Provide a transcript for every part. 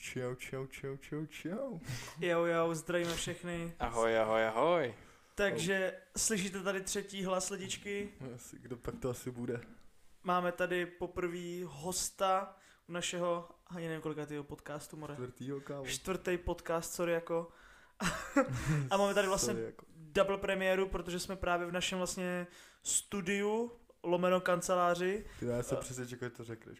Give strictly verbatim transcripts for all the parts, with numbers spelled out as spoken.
Čau, čau, čau, čau, čau. Jo, jo, zdravíme všechny. Ahoj, ahoj, ahoj. Takže slyšíte tady třetí hlas lidičky. Asi, kdo pak to asi bude? Máme tady poprvý hosta u našeho, ani nevím kolikátýho podcastu, more. Čtvrtýho, kámo. Čtvrtý podcast, sorry jako. A máme tady vlastně Sorry, jako. double premiéru, protože jsme právě v našem vlastně studiu, lomeno kanceláři. Ty já jsem přesně čekal, že to řekneš.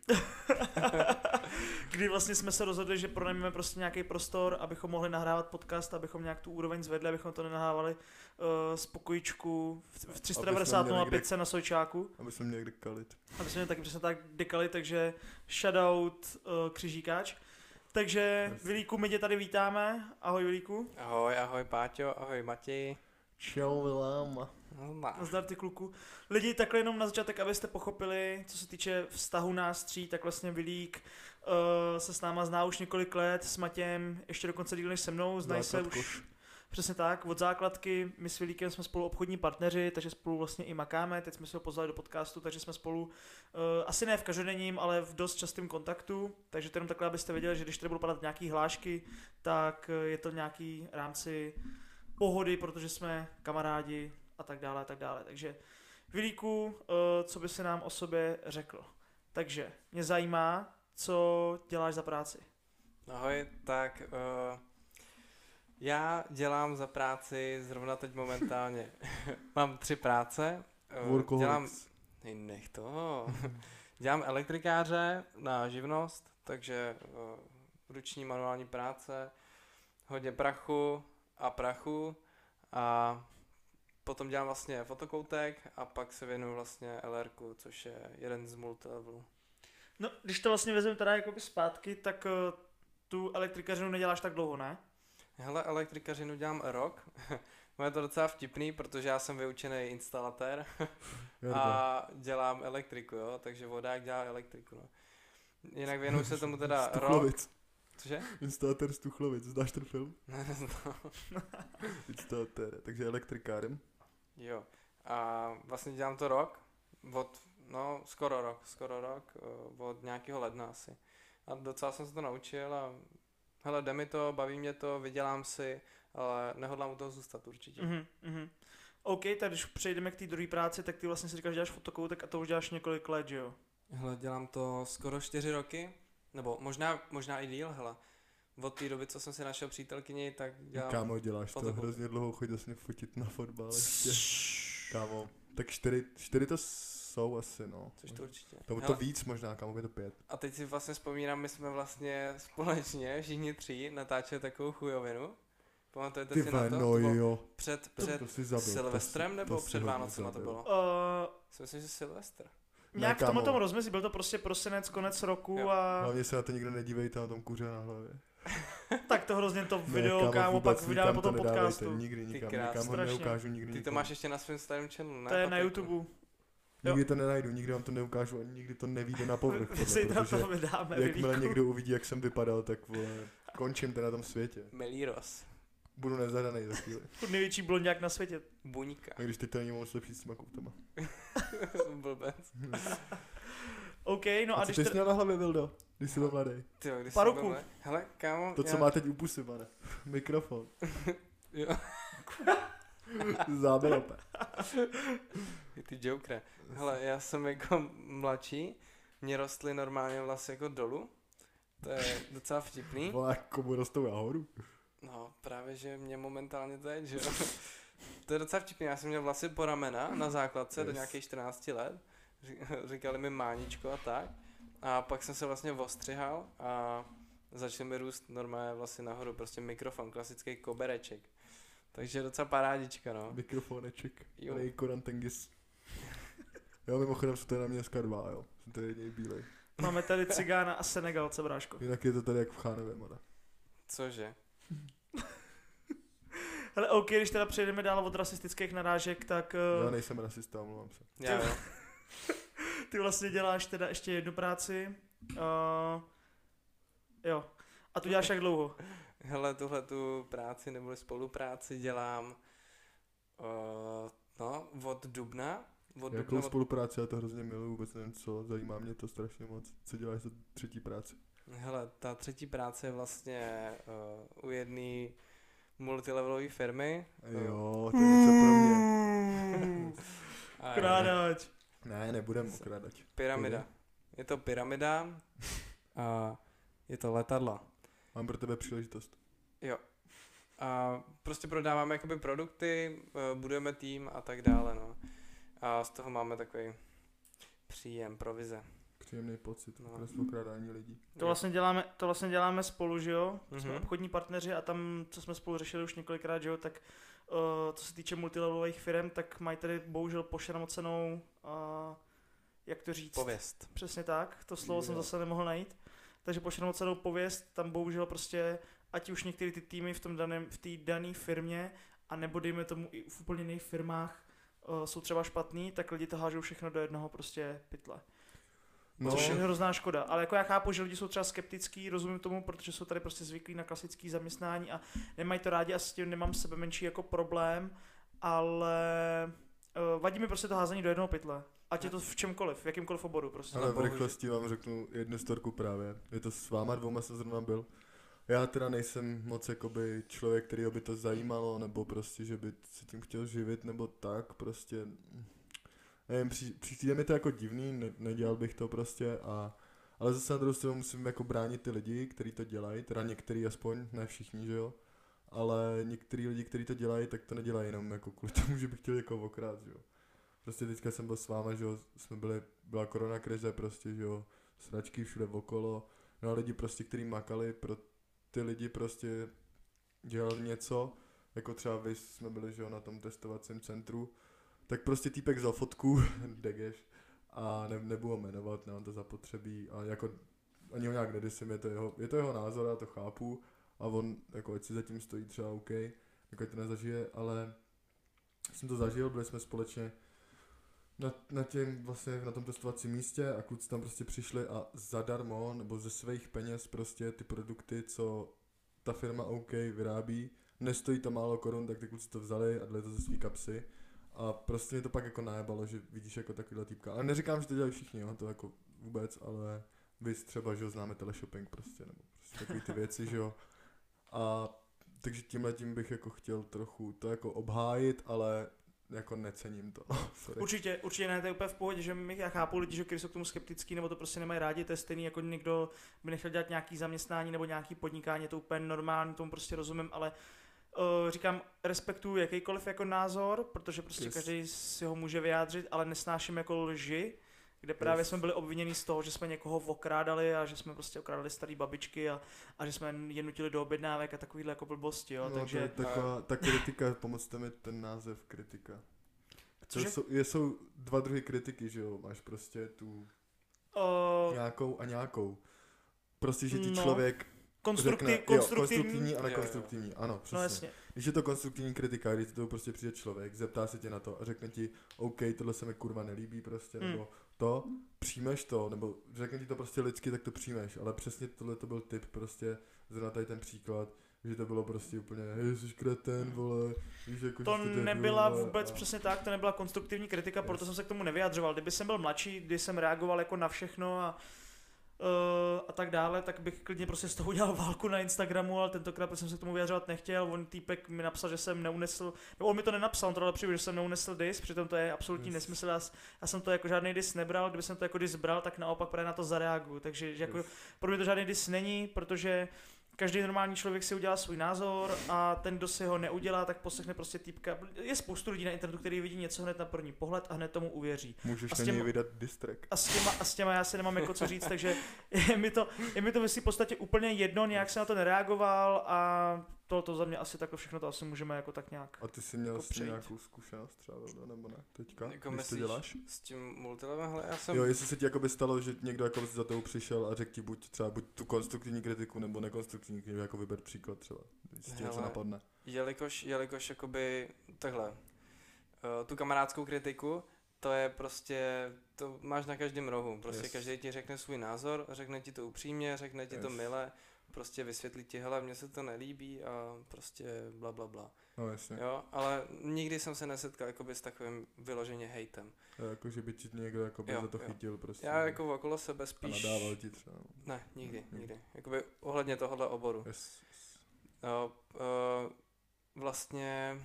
Kdy vlastně jsme se rozhodli, že pronajmeme prostě nějaký prostor, abychom mohli nahrávat podcast, abychom nějak tu úroveň zvedli, abychom to nenahrávali uh, z pokojíčku v, v tři sta devadesát nula pět na Sojčáku. Aby jsme měli kde kalit. Aby jsme měli taky přesně tak dekali, takže shoutout uh, Křižíkáč. Takže Yes. Vilíku, my tě tady vítáme. Ahoj Vilíku. Ahoj, ahoj Páťo, ahoj Matěj. Čau, Vilám. Nazdar ty kluku. Lidi, takhle jenom na začátek, abyste pochopili, co se týče vztahu nás tří, tak vlastně Vilík uh, se s náma zná už několik let, s Matějem ještě dokonce díl než se mnou, znají se už přesně tak, od základky, my s Vilíkem jsme spolu obchodní partneři, takže spolu vlastně i makáme, teď jsme se ho pozvali do podcastu, takže jsme spolu uh, asi ne v každodenním, ale v dost častém kontaktu, takže to jenom takhle, abyste věděli, že když tady budou padat nějaký hlášky, tak uh, je to nějaký rámci pohody, protože jsme kamarádi a tak dále, a tak dále. Takže Vilíku, uh, co by se nám o sobě řekl? Takže mě zajímá, co děláš za práci. Ahoj, tak uh, já dělám za práci zrovna teď momentálně. Mám tři práce. Uh, dělám, nej, nech to. Dělám elektrikáře na živnost, takže uh, ruční manuální práce, hodně prachu a prachu a potom dělám vlastně fotokoutek a pak se věnuju vlastně el erku, což je jeden z multilevelů. No, když to vlastně vezmeme teda jakoby zpátky, tak uh, tu elektrikařinu neděláš tak dlouho, ne? Hele, elektrikařinu dělám rok. Je to docela vtipný, protože já jsem vyučený instalatér a dělám elektriku, jo, takže vodák dělá elektriku, no. Jinak věnuju se tomu teda rok. Cože? Instalatér z Tuchlovic, znáš ten film? Ne, neznám. Instalatér, takže elektrikárem. Jo. A vlastně dělám to rok, od, no skoro rok, skoro rok, od nějakého ledna asi. A docela jsem se to naučil a hele, jde mi to, baví mě to, vydělám si, ale nehodlám u toho zůstat určitě. Mhm, mhm. OK, tak když přejdeme k té druhé práci, tak ty vlastně si říkáš, že děláš fotokoutek a to už děláš několik let, že jo? Hele, dělám to skoro čtyři roky, nebo možná, možná i díl, hele. Od té doby, co jsem si našel přítelkyni, tak dělám... Kámo, děláš to fotokoutek. hrozně dlouho, chodil vlastně fotit na fotbal ještě. Kámo, tak čtyři, čtyři to jsou asi, no. Což to určitě. Tomu to Hele, víc možná, kámo, je to pět. a teď si vlastně vzpomínám, my jsme vlastně společně, všichni tři, natáčeli takovou chujovinu. Pamatujete Ty si vole, na to? no to bylo jo. před, To, před to si zabil. Silvestrem to, nebo to si před hodně Vánocema to zabil. bylo? Uh, Si myslím, že Silvestr. nějak v kámo. tomhle tom rozmezí, byl to prostě prosinec, konec roku Jo. a Hlavně se na to nikdo nedívejte na tom kuře na hlavě. tak to hrozně to Ne, video, kámo, vůbec pak vydáme nikam po to tom nedávejte, podcastu. Nikdy, nikam, krás, nikam ho strašně. neukážu, nikdy Ty to nikomu. máš ještě na svém starém channelu, ne? To je na Patriku? YouTube. Nikdy to nenajdu, nikdy vám to neukážu, ani nikdy to nevyjde na povrch. My si Tohle, na protože to vydáme, jakmile Vilíku. někdo uvidí, jak jsem vypadal, tak vole, končím teda na tom světě. Melíros. Budu nezadanej za chvíli. Furt největší blonďák na světě. Buňka. A když teď to není moc lepší s těma koutama. Blbec. OK, no a, A co když ty jsi te... měl na hlavě, Vildo? Když jsi byl mladý. Tyjo, když Paruku. jsem byl- Hele, kámo. To, co já... má teď u pusy, pane. Mikrofon. Jo, Záběr opět. ty joker. Hele, já jsem jako mladší, mě rostly normálně vlasy jako dolů. To je docela vtipný. Vole, komu rostou nahoru? No, právě, že mě momentálně teď, že jo. To je docela vtipný, já jsem měl vlasy po ramena na základce yes. do Yes. nějakých čtrnácti let. Ři- Říkali mi Máničko a tak. A pak jsem se vlastně ostřihal a začaly mi růst normálně vlasy nahoru, prostě mikrofon, klasický kobereček. Takže docela parádička, no. Mikrofoneček. Jo. Nej Koran Tengis. Jo, mimochodem jsou tady na mě dneska dva, jo. Jsem tady jedinej bílej. Máme tady Cigána a Senegalce, bráško. Jinak je to tady jak v Chánově, mada. Cože? Hele, OK, když teda přejdeme dál od rasistických narážek, tak Já uh, nejsem rasista, omlouvám se. Já jo. ty vlastně děláš teda ještě jednu práci. Uh, jo. A tu děláš jak dlouho? Hele, tuhle tu práci nebo spolupráci dělám uh, no, od dubna. Od Jakou dubna od... spolupráci, já to hrozně miluju, vůbec nevím co, zajímá mě to strašně moc. Co děláš za třetí práci? Hele, ta třetí práce je vlastně uh, u jedné multilevelové firmy. Jo, to je něco pro mě. Krádač. Ne, nebudem okrádač. Pyramida. Je to pyramida a je to letadla. Mám pro tebe příležitost. Jo. A prostě prodáváme jakoby produkty, budujeme tým a tak dále, no. A z toho máme takový příjem, provize. Příjemný pocit, no. Okrádání lidí. To vlastně děláme, to vlastně děláme spolu, že jo? Mm-hmm. Jsme obchodní partneři a tam, co jsme spolu řešili už několikrát, že jo, tak uh, co se týče multilevelových firm, tak mají tady bohužel pošramocenou, uh, jak to říct? Pověst. Přesně tak, to slovo Jo. jsem zase nemohl najít. Takže pošramocenou pověst, tam bohužel prostě, ať už některé ty týmy v tom daném, v té dané firmě, a nebo dejme tomu i v úplně jiných firmách uh, jsou třeba špatný, tak lidi to hážou všechno do jednoho prostě pytle. No, Což je hrozná škoda, ale jako já chápu, že lidi jsou třeba skeptický, rozumím tomu, protože jsou tady prostě zvyklí na klasické zaměstnání a nemají to rádi a s tím nemám sebe menší jako problém, ale uh, vadí mi prostě to házení do jednoho pytle. Ať je to v čemkoliv, v jakýmkoliv oboru prostě. ale v rychlosti vám řeknu jednu storku právě. Je to s váma dvouma jsem zrovna byl. Já teda nejsem moc jakoby člověk, kterýho by to zajímalo, nebo prostě, že by se tím chtěl živit, nebo tak, prostě, nevím, při, přijde mi to jako divný, ne, nedělal bych to prostě, a, ale zase na druhou stranu musím jako bránit ty lidi, kteří to dělají, teda některý aspoň, ne všichni, že jo, ale některý lidi, kteří to dělají, tak to nedělají jenom jako kvůli tomu, že bych chtěl jako okrát, že jo. Prostě teďka jsem byl s váma, že jo, jsme byli, byla korona krize prostě, že jo, sračky všude okolo, no a lidi prostě, kteří makali pro ty lidi prostě dělali něco, jako třeba vy jsme byli, že jo, na tom testovacím centru, tak prostě týpek vzal fotku, degeš, a ne, nebudu ho jmenovat, nemám to zapotřebí, a jako ani ho nějak nedysím, je to jeho, je to jeho názor, já to chápu, a on, jako ať si zatím stojí třeba OK, jako ať to nezažije, ale jsem to zažil, byli jsme společně na, na těm vlastně na tom testovacím místě a kluci tam prostě přišli a zadarmo, nebo ze svých peněz prostě ty produkty, co ta firma OK vyrábí, nestojí to málo korun, tak ty kluci to vzali a dali to ze svý kapsy. A prostě mě to pak jako najebalo, že vidíš jako takovýhle týpka. Ale neříkám, že to dělají všichni, jo, to jako vůbec, ale vy třeba, že jo, známe teleshopping prostě, nebo prostě takový ty věci, že jo. A takže tímhletím bych jako chtěl trochu to jako obhájit, ale jako necením to. Určitě, určitě ne, to je úplně v pohodě, že my, já chápu lidi, že kteří jsou k tomu skeptický, nebo to prostě nemají rádi, to je stejný, jako někdo by nechtěl dělat nějaký zaměstnání nebo nějaký podnikání, je to úplně normální, tomu prostě rozumím, ale uh, říkám, respektuju jakýkoliv jako názor, protože prostě Yes. každý si ho může vyjádřit, ale nesnáším jako lži, kde právě Yes. jsme byli obviněni z toho, že jsme někoho okrádali a že jsme prostě okrádali starý babičky a, a že jsme je nutili do objednávek a takovýhle jako blbosti, jo, no, takže... to je taková, ta kritika, pomozte mi ten název kritika. To Cože? jsou, jsou dva druhy kritiky, že jo, máš prostě tu Uh, nějakou a nějakou. Prostě, že ti no. člověk konstruktiv, řekne, konstruktivní, jo, konstruktivní a Jo, jo. nekonstruktivní, ano, přesně. no jasně. Když je to konstruktivní kritika, když to prostě přijde člověk, zeptá se tě na to a řekne ti, OK, tohle se mi kurva nelíbí prostě, Hmm. nebo to, přijmeš to, nebo řekne ti to prostě lidsky, tak to přijmeš, ale přesně tohle to byl tip, prostě zrovna tady ten příklad, že to bylo prostě úplně, hej, jsi kreten, vole, víš, jako, To že jste debil, nebyla vole, vůbec a... přesně tak, to nebyla konstruktivní kritika, Yes. proto jsem se k tomu nevyjadřoval. Kdyby jsem byl mladší, kdy jsem reagoval jako na všechno a, uh, a tak dále, tak bych klidně prostě z toho udělal válku na Instagramu, ale tentokrát jsem se k tomu vyjadřovat nechtěl. On týpek mi napsal, že jsem neunesl, no on mi to nenapsal, on to dal přijde, že jsem neunesl dis, přitom to je absolutní Yes. nesmysl. Já, já jsem to jako žádný dis nebral, kdyby jsem to jako dis bral, tak naopak právě na to zareaguju. Takže že jako, Yes. pro mě to žádný dis není, protože každý normální člověk si udělá svůj názor a ten, kdo si ho neudělá, tak poslechne prostě týpka. Je spoustu lidí na internetu, který vidí něco hned na první pohled a hned tomu uvěří. Můžeš A s na těm- něj vydat distrek. A s těma, a s těma já si nemám jako co říct, takže je mi to, je mi to v podstatě úplně jedno, nějak jsem na to nereagoval a to, to za mě asi takhle všechno to asi můžeme jako tak nějak. A ty jsi měl jako s tím přejít. nějakou zkušenost třeba, nebo ne, teďka, Jako když to myslíš děláš? s tím multilevelem, hele, já jsem... Jo, jestli se ti jakoby stalo, že někdo jako za tebou přišel a řekl ti buď třeba buď tu konstruktivní kritiku nebo nekonstruktivní kritiku, jako vyber příklad třeba, když ti něco Hele. napadne. Jelikož, jelikož jakoby takhle, uh, tu kamarádskou kritiku, to je prostě, to máš na každém rohu, prostě Yes. každý ti řekne svůj názor, řekne ti to upřímně, řekne ti to Yes. mile, prostě vysvětlí ti, hele, mně se to nelíbí a prostě bla bla bla. No jasně. Jo, ale nikdy jsem se nesetkal jakoby s takovým vyloženě hejtem. Jako, že by ti někdo jakoby Jo, za to jo. chytil prostě. Já jako okolo sebe spíš... A nadával ti třeba. Ne, nikdy, Mhm. nikdy. Jakoby ohledně tohohle oboru. Yes, yes. Jo, uh, vlastně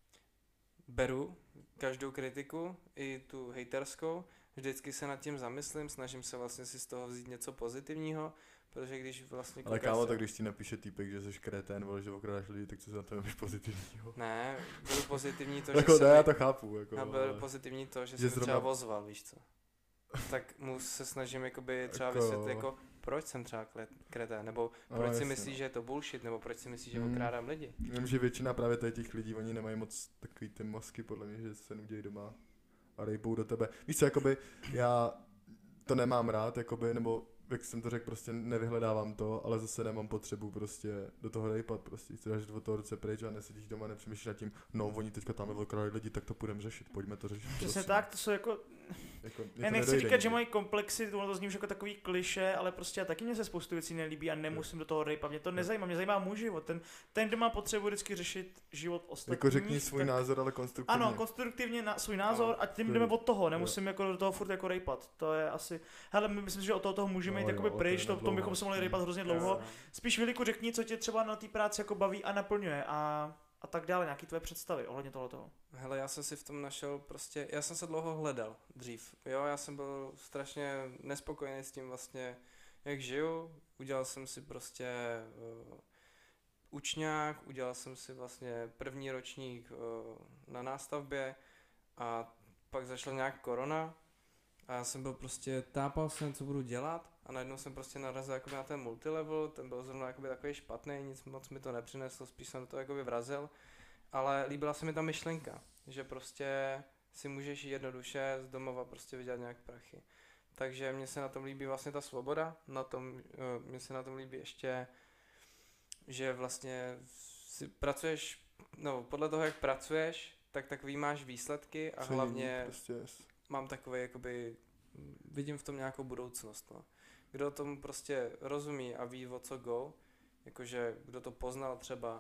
beru každou kritiku, i tu hejterskou, vždycky se nad tím zamyslím, snažím se vlastně si z toho vzít něco pozitivního, protože když vlastně Ale koukáš kámo, se- tak když ti napíše týpek, že jsi kretén, vole, že okrádáš lidi, tak co se na to máš pozitivního? Ne, byl pozitivní to, Jako že ne, se já mi- to chápu, jako, a byl ale- pozitivní to, že, že že jsem zrovna- třeba ozval, víš co. Tak mu se snažím jakoby třeba Jako- vysvětlit, jako proč jsem třeba kle- kretén, nebo No, proč si jasně, myslíš, no. že je to bullshit, nebo proč si myslíš, že Mm. okrádám lidi. Vím, že většina právě tady těch lidí, oni nemají moc takový ty mozky, podle mě, že se nudějí doma a rejpou do tebe. Víš co, jakoby, já to nemám rád, jakoby, nebo jak jsem to řekl, prostě nevyhledávám to, ale zase nemám potřebu prostě do toho rejpat, prostě chci dáš do toho ruce pryč a nesedíš doma, nepřemýšlíš nad tím, no oni teďka tam okrádají lidi, tak to půjdeme řešit, pojďme to řešit. Přesně prosím. tak, to jsou jako, Jako, mě já to nechci nedojde říkat, že nikdy. mají komplexy, ono to zní už jako takový kliše, ale prostě já taky mě se spoustu věcí nelíbí a nemusím do toho rejpat, mě to nezajímá, mě zajímá můj život, ten, ten kdo má potřebu vždycky řešit život ostatních. Jako řekni svůj tak- názor, ale konstruktivně. Ano, konstruktivně na svůj názor Ano, a tím to jdeme je- od toho, nemusím jako do toho furt jako rejpat, to je asi, hele, my myslím, že od toho, toho můžeme No jít jo, jakoby to pryč, je to, na v tom bychom dlouho. se mohli rejpat hrozně dlouho, Jo. spíš Viliku řekni, co tě třeba na té práci jako baví a naplňuje a, a tak dále, nějaký tvoje představy ohledně tohoto. Hele, já jsem si v tom našel prostě, já jsem se dlouho hledal dřív, jo, já jsem byl strašně nespokojený s tím vlastně, jak žiju, udělal jsem si prostě uh, učňák, udělal jsem si vlastně první ročník uh, na nástavbě a pak zašla nějak korona a já jsem byl prostě, tápal jsem, co budu dělat a najednou jsem prostě narazil jakoby na ten multilevel, ten byl zrovna jakoby takový špatný, nic moc mi to nepřineslo, spíš jsem do toho jakoby vrazil, ale líbila se mi ta myšlenka, že prostě si můžeš jednoduše z domova prostě vydělat nějak prachy. Takže mně se na tom líbí vlastně ta svoboda, na tom, eh, mně se na tom líbí ještě, že vlastně si pracuješ, no podle toho, jak pracuješ, tak takový máš výsledky a Cenění, hlavně Prostě, yes. mám takový jakoby, vidím v tom nějakou budoucnost, no. Kdo tomu prostě rozumí a ví, o co go, jakože kdo to poznal třeba,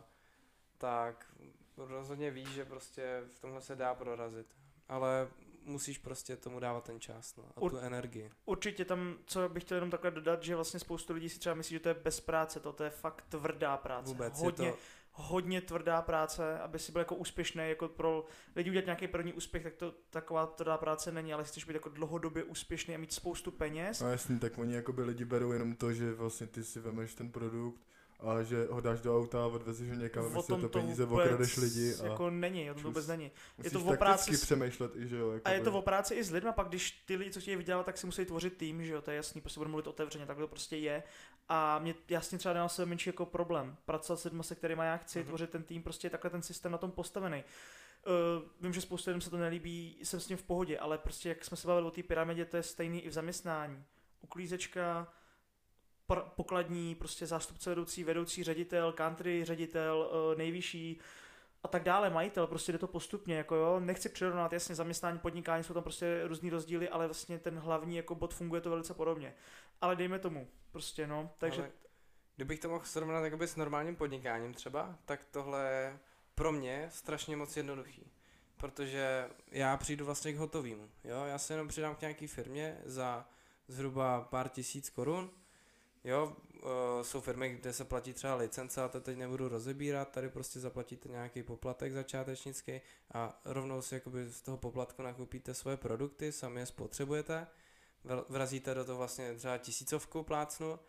tak rozhodně ví, že prostě v tomhle se dá prorazit. Ale musíš prostě tomu dávat ten čas, no, a Ur- tu energii. Určitě tam, co bych chtěl jenom takhle dodat, že vlastně spoustu lidí si třeba myslí, že to je bez práce, to, to je fakt tvrdá práce. Vůbec hodně, je to, hodně tvrdá práce, aby si byl jako úspěšný, jako pro lidi udělat nějaký první úspěch, tak to taková tvrdá práce není, ale chceš být jako dlouhodobě úspěšný a mít spoustu peněz. No jasný, tak oni jakoby lidi berou jenom to, že vlastně ty si vemeš ten produkt a že ho dáš do auta a odvezeš ho někam, O aby si tom to to peníze vůbec okradeš lidi a jako není, o tom čus. vůbec není. musíš to o takticky práci s- přemýšlet i, že jo. A Jakoby. je to o práci i s lidma, pak když ty lidi, co chtějí vydělávat, tak si musí tvořit tým, že jo, to je jasný, prostě budu mluvit otevřeně, tak to prostě je. A mě jasně třeba nemá sebe menší jako problém. Pracovat s lidmi, se kterými já chci, Mhm. tvořit ten tým, prostě je takhle ten systém na tom postavený. Uh, vím, že spoustu lidem se to nelíbí, jsem s tím v pohodě, ale prostě jak jsme se bavili o té pyramidě, to je stejný i v zaměstnání. Uklízečka, pr- pokladní, prostě zástupce vedoucí, vedoucí ředitel, country ředitel, uh, nejvyšší a tak dále, majitel, prostě jde to postupně, jako jo, nechci přirovnat, jasně zaměstnání, podnikání, jsou tam prostě různý rozdíly, ale vlastně ten hlavní jako bod funguje to velice podobně. Ale dejme tomu, prostě no, takže ale kdybych to mohl srovnat jakoby s normálním podnikáním třeba, tak tohle je pro mě strašně moc jednoduchý. Protože já přijdu vlastně k hotovýmu, jo, já se jenom přidám k nějaký firmě za zhruba pár tisíc korun, jo, uh, jsou firmy, kde se platí třeba licence a to teď nebudu rozebírat, tady prostě zaplatíte nějaký poplatek začátečnický a rovnou si jakoby z toho poplatku nakoupíte svoje produkty, sami je spotřebujete, vr- vrazíte do toho vlastně třeba tisícovku plácnu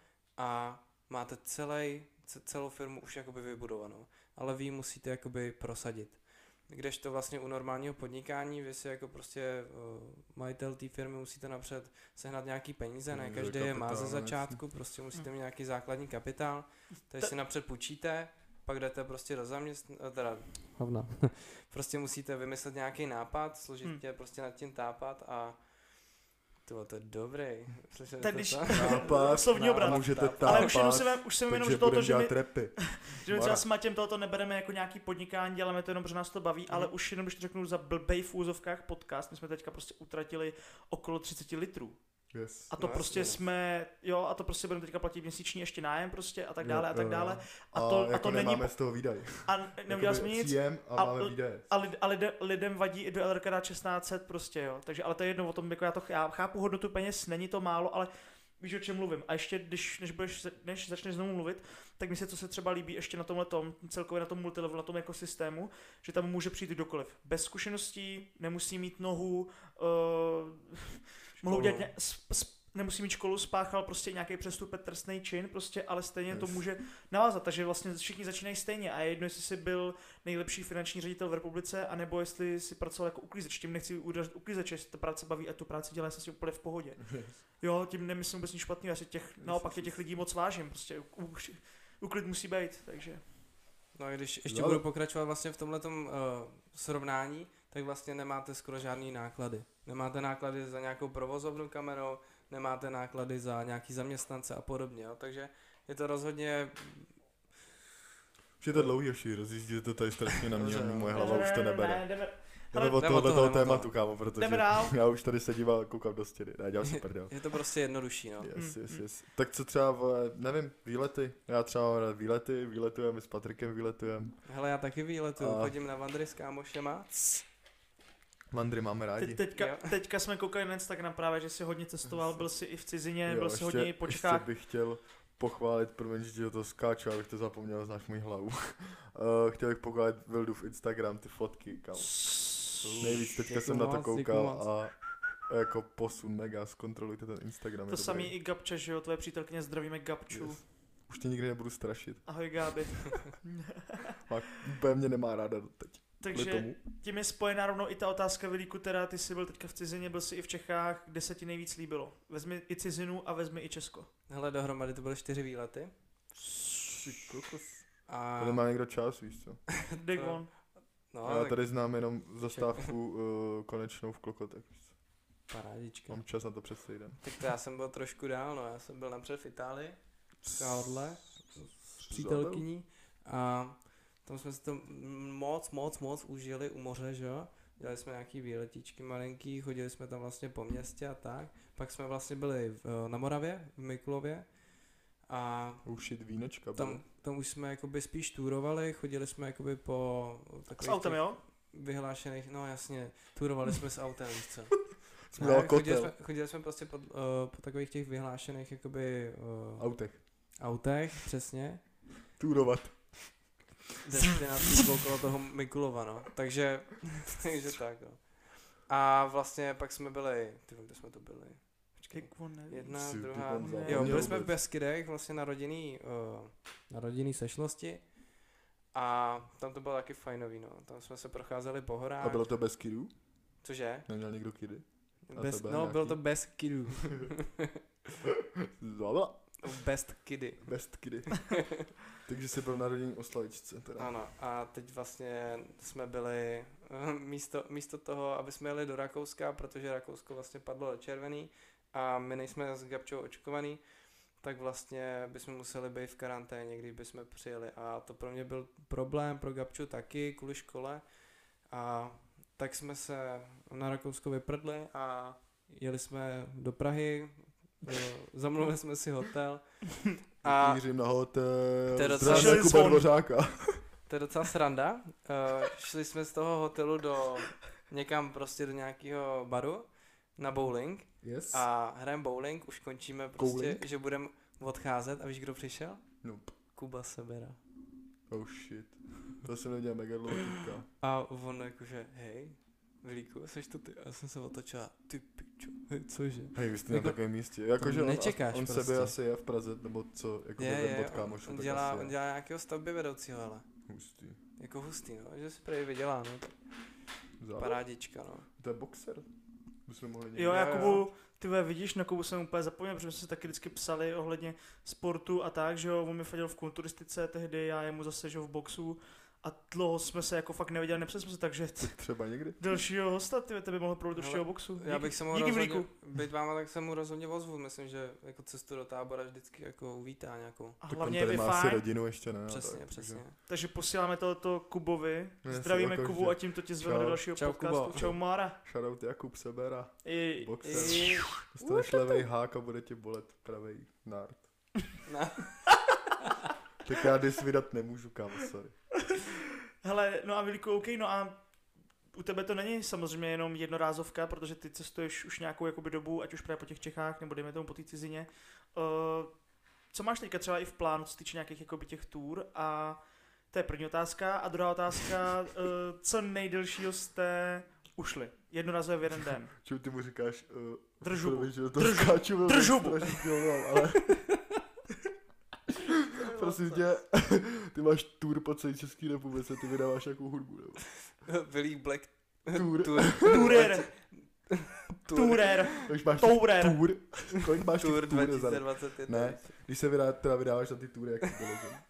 a máte celý, celou firmu už jakoby vybudovanou, ale vy ji musíte jakoby prosadit. Kdežto vlastně u normálního podnikání vy si jako prostě uh, majitel té firmy musíte napřed sehnat nějaký peníze, ne Mm, každý je má ze kapitál, začátku, prostě musíte Mm. mít nějaký základní kapitál, takže Ta- si napřed půjčíte, pak jdete prostě do zaměstnání, teda hovna, prostě musíte vymyslet nějaký nápad, složitě prostě nad tím tápat a to, to je dobrý. Slyšeli Tak jste když- to? Nápad, Slovní obrat. můžete Ale tápat, ale už jenom se, už jsem jenom, takže že tohoto, budeme že my, dělat repy. že my třeba Mara. s Matěm tohoto nebereme jako nějaký podnikání, děláme to jenom, protože nás to baví, Mhm. ale už jenom, když to řeknu za blbej v úzovkách podcast, my jsme teďka prostě utratili okolo třicet litrů. Yes. A to No, prostě jasně. jsme, jo, a to prostě budeme teďka platit měsíční ještě nájem prostě a tak Jo, dále a tak jo, dále. jo. A to, jako a to není, nemáme z toho výdaj. a neudělali jsme nic. Příjem a, A máme l- výdaje. A, lid, a lidem, lidem vadí i do el er ká dát šestnáct set prostě, jo. Takže, ale to je jedno o tom, jako já to já chápu hodnotu peněz, není to málo, ale víš, o čem mluvím. A ještě, když, než, budeš, než začneš znovu mluvit, tak mi se, co se třeba líbí ještě na tomhle tom, celkově na tom multilevel, na tom ekosystému, že tam může přijít kdokoliv. Bez zkušeností, nemusí mít nohu, uh, mohou dělat ně, s, s, nemusí mít školu, spáchal prostě nějaký přestupek, trestný čin, prostě, ale stejně yes. to může navázat, takže vlastně všichni začínají stejně a je jedno, jestli jsi byl nejlepší finanční ředitel v republice, anebo jestli si pracoval jako uklízeč, tím nechci udělat uklízeče, jestli ta práce baví a tu práci dělá si úplně v pohodě. Yes. Jo, tím nemyslím vůbec nic špatný, já si těch, yes, naopak yes, těch lidí moc vážím, prostě u, u, uklid musí být, takže. No a když ještě No. budu pokračovat vlastně v tomhletom uh, srovnání, tak vlastně nemáte skoro žádný náklady. Nemáte náklady za nějakou provozovnu kamerou, nemáte náklady za nějaký zaměstnance a podobně, jo. Takže je to rozhodně... Už je to dlouhý, až rozjíždíte to tady strašně na mě, Dobře, moje no. hlava už to Ne, nebere. ne, jdeme, Jdeme hele, od jdeme od tohoto toho, jdeme od tématu, toho. kámo, protože jdeme dál. já už tady se díval, koukám do stěny. Ne, dělám si prdel. Je to prostě jednodušší, no. Yes, Mm, yes, mm. yes. Tak co třeba, vole, nevím, výlety. Já třeba mám rád výlety, výletujeme, s Patrikem výletujeme. Hele, já taky výletuju, A- chodím na vandry s kámošema. Mandry máme rádi. Teď, teďka, Jo. teďka jsme koukali na Instagram právě, že jsi hodně cestoval, byl jsi i v cizině, Jo, byl jsi hodně i po ještě Čechách. bych chtěl pochválit, promiň, že ti do toho skáču, abych to zapomněl, znáš můj hlavu. uh, chtěl bych pochválit Vildův Instagram, ty fotky, kámo. Nejvíc teďka Děkuju jsem na to moc, děkuju koukal moc. a jako posun mega, zkontrolujte ten Instagram. je To dobrý. samý i Gabča, že jo, tvoje přítelkyně, zdravíme Gabču. Yes. Už tě nikdy nebudu strašit. Ahoj Gáby. Fakt, úplně mě nemá ráda doteď. Kvůli Takže tomu. tím je spojená rovnou i ta otázka Vilíku, teda ty jsi byl teďka v cizině, byl jsi i v Čechách, kde se ti nejvíc líbilo? Vezmi i cizinu a vezmi i Česko. Hele, dohromady to byly čtyři výlety. Ty kokos. A... To nemá někdo čas, víš co? Dig To- one. No, Já tak tady znám jenom zastávku uh, konečnou v Klokotech. víš co? parádička. Mám čas na to přes týden. Tak to já jsem byl trošku dál, no, já jsem byl napřed v Itálii, v Kaodle, s přítelkyní a tam jsme si to moc, moc, moc užili u moře, že jo. Dělali jsme nějaký výletíčky malinký, chodili jsme tam vlastně po městě a tak. Pak jsme vlastně byli v, na Moravě, v Mikulově a Ušit vínečka. tam, tam už jsme jakoby spíš tourovali, chodili jsme jakoby po takových S autem, těch jo? vyhlášených, no jasně, tourovali jsme s autem, víš co. Jsme Ne, dal chodili, kotel. jsme, chodili jsme prostě po, uh, po takových těch vyhlášených jakoby uh, Autech. autech, přesně. Túrovat. Destinací okolo toho Mikulova, no. Takže, takže tak, no. A vlastně pak jsme byli, ty vím, kde jsme to byli. Počkej, Dig one, nevím. jedna, Si druhá, typem zapomněl jo, byli jsme v vůbec. Beskydech, vlastně na rodinný, uh, na rodinný sešlosti. A tam to bylo taky fajnový, no. Tam jsme se procházeli po horách. A bylo to bez kidů? Cože? Neměl někdo kidy? a Bez, tebe no, nějaký? bylo to bez kidů. Zabla. Best kidy. Best kidy. Takže jsi byl na rodinný oslavičce teda. Ano, a teď vlastně jsme byli eh, místo, místo toho, aby jsme jeli do Rakouska, protože Rakousko vlastně padlo do červený a my nejsme s Gabčou očkovaný, tak vlastně bychom museli být v karanténě, když bychom přijeli a to pro mě byl problém, pro Gabču taky, kvůli škole a tak jsme se na Rakousko vyprdli a jeli jsme do Prahy, eh, zamluvili jsme si hotel a Mířím na hotel. To je docela- Zdravím Kuba Šli Dvořáka. to je docela sranda. Uh, šli jsme z toho hotelu do někam prostě do nějakého baru na bowling Yes. a hrajeme bowling, už končíme prostě, Bowling? že budeme odcházet a víš, kdo přišel? Nope. Kuba Sebera. Oh shit. To jsem nedělal mega dlouho teďka. A on jakože, hej, Vilíku, seš to ty? A já jsem se otočil a ty pičo, hej, cože? Hej, vy jste na Jako- takovém místě. Jakože on, nečekáš on prostě. sebe asi je v Praze, nebo co, jako Je, je, je, od on, kámošů, on, tak dělá, asi on je. dělá nějakého stavby vedoucího, ale Hustý. jako hustý, no, že si prý vydělá, no, tak Zále. parádička, no. To je boxer. Bychom mohli někdy. Jo, jo. Jakubu, ty vole, vidíš, na Kubu jsem úplně zapomněl, protože jsme se taky vždycky psali ohledně sportu a tak, že jo, on mi fadil v kulturistice tehdy, já jemu zase, že jo, v boxu a dlouho jsme se jako fakt neviděli, nepřes jsme se, takže t- Třeba někdy. dalšího hosta, ty tebe mohl promluvit do všeho boxu. Já bych se mohl díky rozhodně, Vlíku. být váma, tak se mu rozhodně ozvu, myslím, že jako cestu do tábora vždycky jako uvítá nějakou. A Tak hlavně on je tady má asi fajn, rodinu ještě, ne? Přesně, tak, přesně. takže- takže posíláme tohoto Kubovi, No, jasně, zdravíme okamžitě. Kubu a tímto tě zveme Čau. do dalšího Čau, podcastu. Kubo. Čau Mára. Shoutout Jakub Sebera. I, Boxer. i, Dostaneš levej hák a bude tě bolet pravej nárd. No. Tak já dis vydat nemůžu, kámo, sorry. hele, no a Viliku, OK, no a u tebe to není samozřejmě jenom jednorázovka, protože ty cestuješ už nějakou jakoby dobu, ať už právě po těch Čechách, nebo dejme tomu po té cizině. Uh, co máš teďka třeba i v plánu, co se týče nějakých jakoby těch tour? A to je první otázka. A druhá otázka, uh, co nejdelšího jste ušli? Jednorázové v jeden den. Čím ty mu říkáš, uh, Držubu. promiň, že do toho Držubu. skáču, velmi Držubu. strašně silnou, ale prosím tě, ty máš tour po celé České republice, ty vydáváš jakou hudbu, nebo? Vilík Black Tour. Tour. Tourer. Tour. Tourer. Když máš Tourer. tour, kolik máš Tour těch tour za dvacet dvacet jedna. Ne, když se vydá, teda vydáváš na ty tury, jak to bylo, že?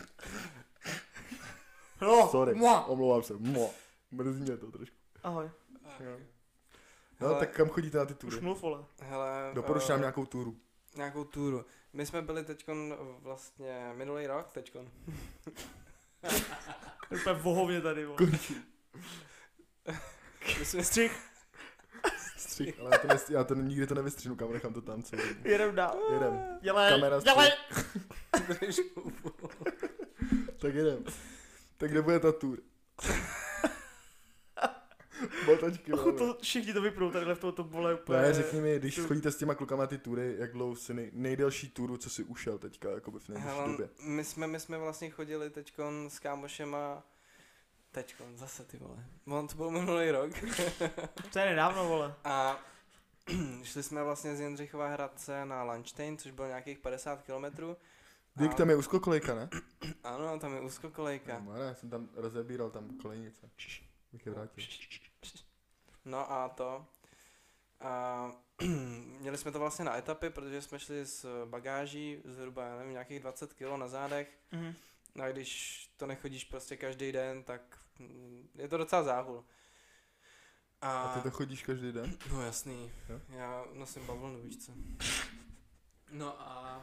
No, Sorry, mua. omlouvám se, mo. Mrzí mě to trošku. Ahoj. Jo. No, Hele, tak kam chodíte na ty Už tury? mluv, vole. Hele, Doporuč eh, nám nějakou turu. nějakou túru. My jsme byli teďkon vlastně minulý rok teďkon. Úplně vohovně tady, vole. Končí. My jsme Střih. Střih, ale já to, nes, já to nikdy to nevystřihnu, kam nechám to tam celou dobu. Jedem dál. Jedem. Dělej. Kamera Dělej. Tak jedem. Tak kde bude ta tour? Botačky, Ochu, vole. to všichni to vypnou takhle v tomto vole úplně. Ne, řekni mi, když chodíte s těma klukama na ty tury, jak dlouho si nej, nejdelší turu, co si ušel teďka, jakoby v nejdelší Hele, době. my jsme, my jsme vlastně chodili teďkon s kámošema teďkon, zase ty vole. On to byl minulý rok. To je nedávno, vole. A šli jsme vlastně z Jindřichova Hradce na Lanštejn, což bylo nějakých padesát kilometrů. Dík, tam je úzkokolejka, ne? Ano, tam je úzkokolejka. No, já jsem tam rozebíral tam kolejnice. Bych je vrátil. No a to. A měli jsme to vlastně na etapy, protože jsme šli s bagáží zhruba, já nevím, nějakých dvacet kilo na zádech. Mhm. No a když to nechodíš prostě každý den, tak mm, je to docela záhul. A, A ty to chodíš každý den? No jasný, Jo? já nosím bavlnu, víš co. No a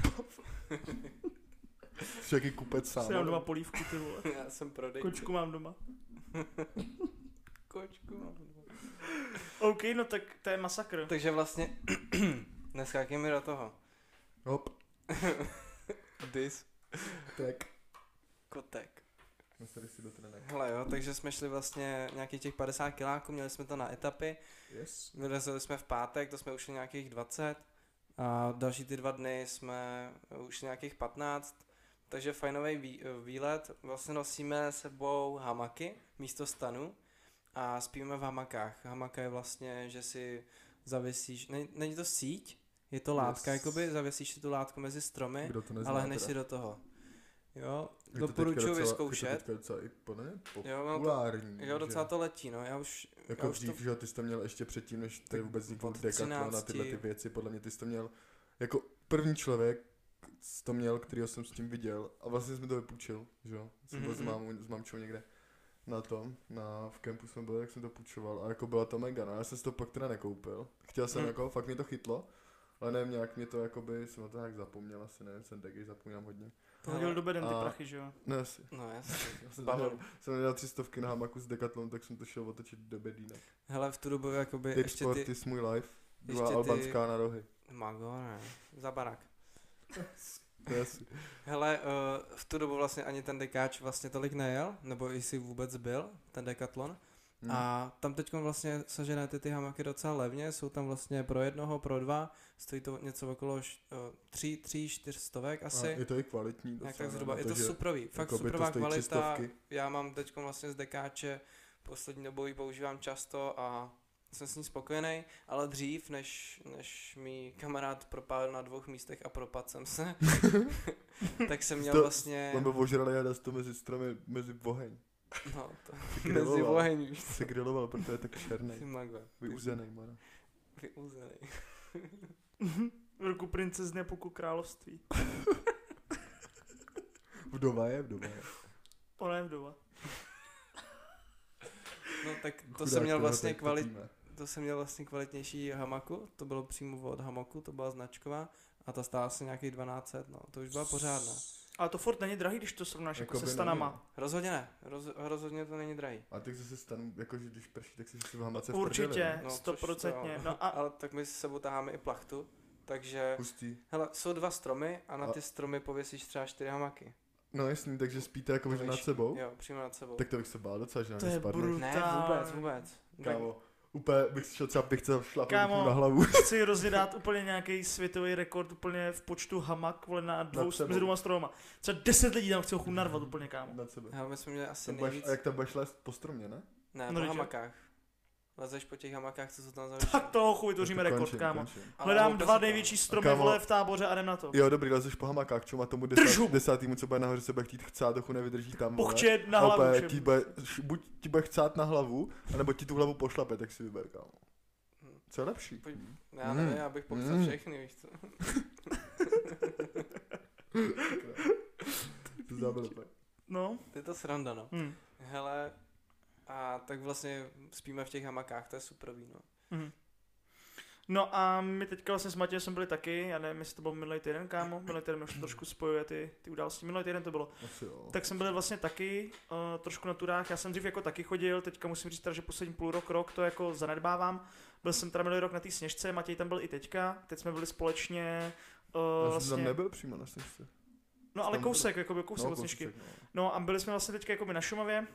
Jsi jaký kupec sám. Si mám doma polívku, ty vole. já jsem prodejce. Kočku mám doma. Kočku mám doma. OK, no tak to je masakr. Takže vlastně, neskákej mi do toho. Hop, Dis. tak. Kotek. Nasady si do trenek. Hele jo, takže jsme šli vlastně nějakých těch padesát kiláků, měli jsme to na etapy. Yes. Vyrazili jsme v pátek, to jsme ušli nějakých dvacet. A další ty dva dny jsme ušli nějakých patnáct. Takže fajnový vý, výlet. Vlastně nosíme s sebou hamaky místo stanu a spíme v hamakách. Hamaka je vlastně, že si zavěsíš, ne, není to síť, je to látka, Yes. jakoby zavěsíš si tu látku mezi stromy, Kdo to nezná, ale hneš teda. si do toho. Jo, Je to teďka doporučuji docela- vyzkoušet. Je to teďka docela i podle mě Jo, no to- populární. Jo, docela že? to letí, no, já už, Jako já už dřív, to, že ty jsi to měl ještě předtím, než tady Tak vůbec vznikl od Decathlon a tyhle ty třinácti. věci, podle mě ty jsi to měl jako první člověk, jsi to měl, kterýho jsem s tím viděl a vlastně jsi mi to vypůjčil, že jo, jsem byl Mhm, s, mámou, s mamčou někde na tom, na, v kempu jsme byli, jak jsem to půjčoval a jako byla to mega, no já jsem si to pak teda nekoupil, chtěl jsem Mhm. jako, fakt mě to chytlo, ale nevím, nějak mě to jakoby, jsem na to nějak zapomněl, asi nevím, jsem taky zapomínám hodně. To hodil do beden ty A- prachy, že jo? Ne, asi. no jasně, Já jsem, Bavil. měl, jsem měl tři stovky na hamaku z Decathlon, tak jsem to šel otočit do bedínek. hele, v tu dobu jakoby Tip ještě sport ty, is můj life. Byla ještě ty- albanská na rohy. Mago, ne, za barák. To je asi. Hele, uh, v tu dobu vlastně ani ten dekáč vlastně tolik nejel, nebo jestli vůbec byl, ten Decathlon. Hmm. A tam teď vlastně seženete ty hamaky docela levně, jsou tam vlastně pro jednoho, pro dva, stojí to něco okolo š, uh, tři, tři, čtyř stovek asi. A je to i kvalitní docela. Nějak tak zhruba, na je to že suprový, fakt jakoby to superová stojí tři kvalita, stovky. já mám teď vlastně z dekáče, poslední dobou ji používám často a jsem s ní spokojený, ale dřív, než, než mi kamarád propadl na dvou místech a propadl jsem se, tak jsem měl To- vlastně, On byl ožralý a dal to mezi stromy, mezi oheň. no to, Si mezi griloval. oheň, víš Se griloval, protože je tak Ty černý. magve, Vyuzený, mana. vyuzený. V ruku princezny a půlku království. Vdova je, vdova je. Ona je vdova. No tak to Chudák, jsem měl toho vlastně teď kvalit, topíme. to jsem měl vlastně kvalitnější hamaku, to bylo přímo od hamaku, to byla značková a ta stála asi nějakých dvanáct set, no, to už byla pořádná. Ale to furt není drahý, když to srovnáš jako Jakoby se stanama. Rozhodně ne, roz, rozhodně to není drahý. A tak zase stanu, jakože když prší, tak si si v hamace v prdeli, Určitě, ne? No, stoprocentně. což to jo. No a Ale tak my s sebou taháme i plachtu, takže, Hustý. hele, jsou dva stromy a na A- ty stromy pověsíš třeba čtyři hamaky. No jasný, takže spíte jako že nad Víš? sebou? Jo, přímo nad sebou. Tak to bych se bál docela, že na To mě je spadne. brut- Ne, brutální. vůbec, vůbec. Kámo, úplně bych šel třeba, bych chtěl šlapat Kámo. na hlavu. chci hrozně dát úplně nějaký světový rekord úplně v počtu hamak, vole, na dvou, sebou. mezi dvěma stromama. Třeba deset lidí tam chci ho narvat úplně, kámo. Nad sebe. Hele, my jsme měli asi Tam budeš, nejvíc, a jak tam budeš lézt po stromě, ne? ne, No, po teď jo. hamakách. Lezeš po těch hamakách, co jsou tam zavěšené. Tak toho chuj, vytvoříme Tak to rekord, končím, kámo. končím. Ale Hledám vůbec dva to- největší stromy, kámo. vole, v táboře a jdem na to. Jo, dobrý, lezeš po hamakáčům a tomu Drž desát, hubu. desátýmu, co bude nahoře, se bude chtít chcát, dochu nevydrží tam, vole. Pochče na A hlavu úplně všem. ti bude, š- buď ti bude chcát na hlavu, anebo ti tu hlavu pošlape, tak si vyber, kámo. Hm. Co je lepší? Pojď, já nevím, Mm. já bych popsal Mm. všechny, víš co. To zábilo pak. No, Je to sranda, no. hm. Hele, a tak vlastně spíme v těch hamakách, to je super víno. Mhm. No a my teďka vlastně s Matějem jsme byli taky, já nevím, jestli to byl minulý týden, kámo, minulý týden už trošku spojuje ty, ty události, minulý týden to bylo. Asi jo. Tak jsem byl vlastně taky uh, trošku na turách, já jsem dřív jako taky chodil, teďka musím říct teda, že poslední půl rok, rok to jako zanedbávám. Byl jsem teda minulý rok na té Sněžce, Matěj tam byl i teďka, teď jsme byli společně uh, Já jsem vlastně, tam nebyl přímo na Sněžce. no ale tam kousek, jako by kousek No, od Sněžky. kousek, no. No a byli jsme vlastně teďka jako na Šumavě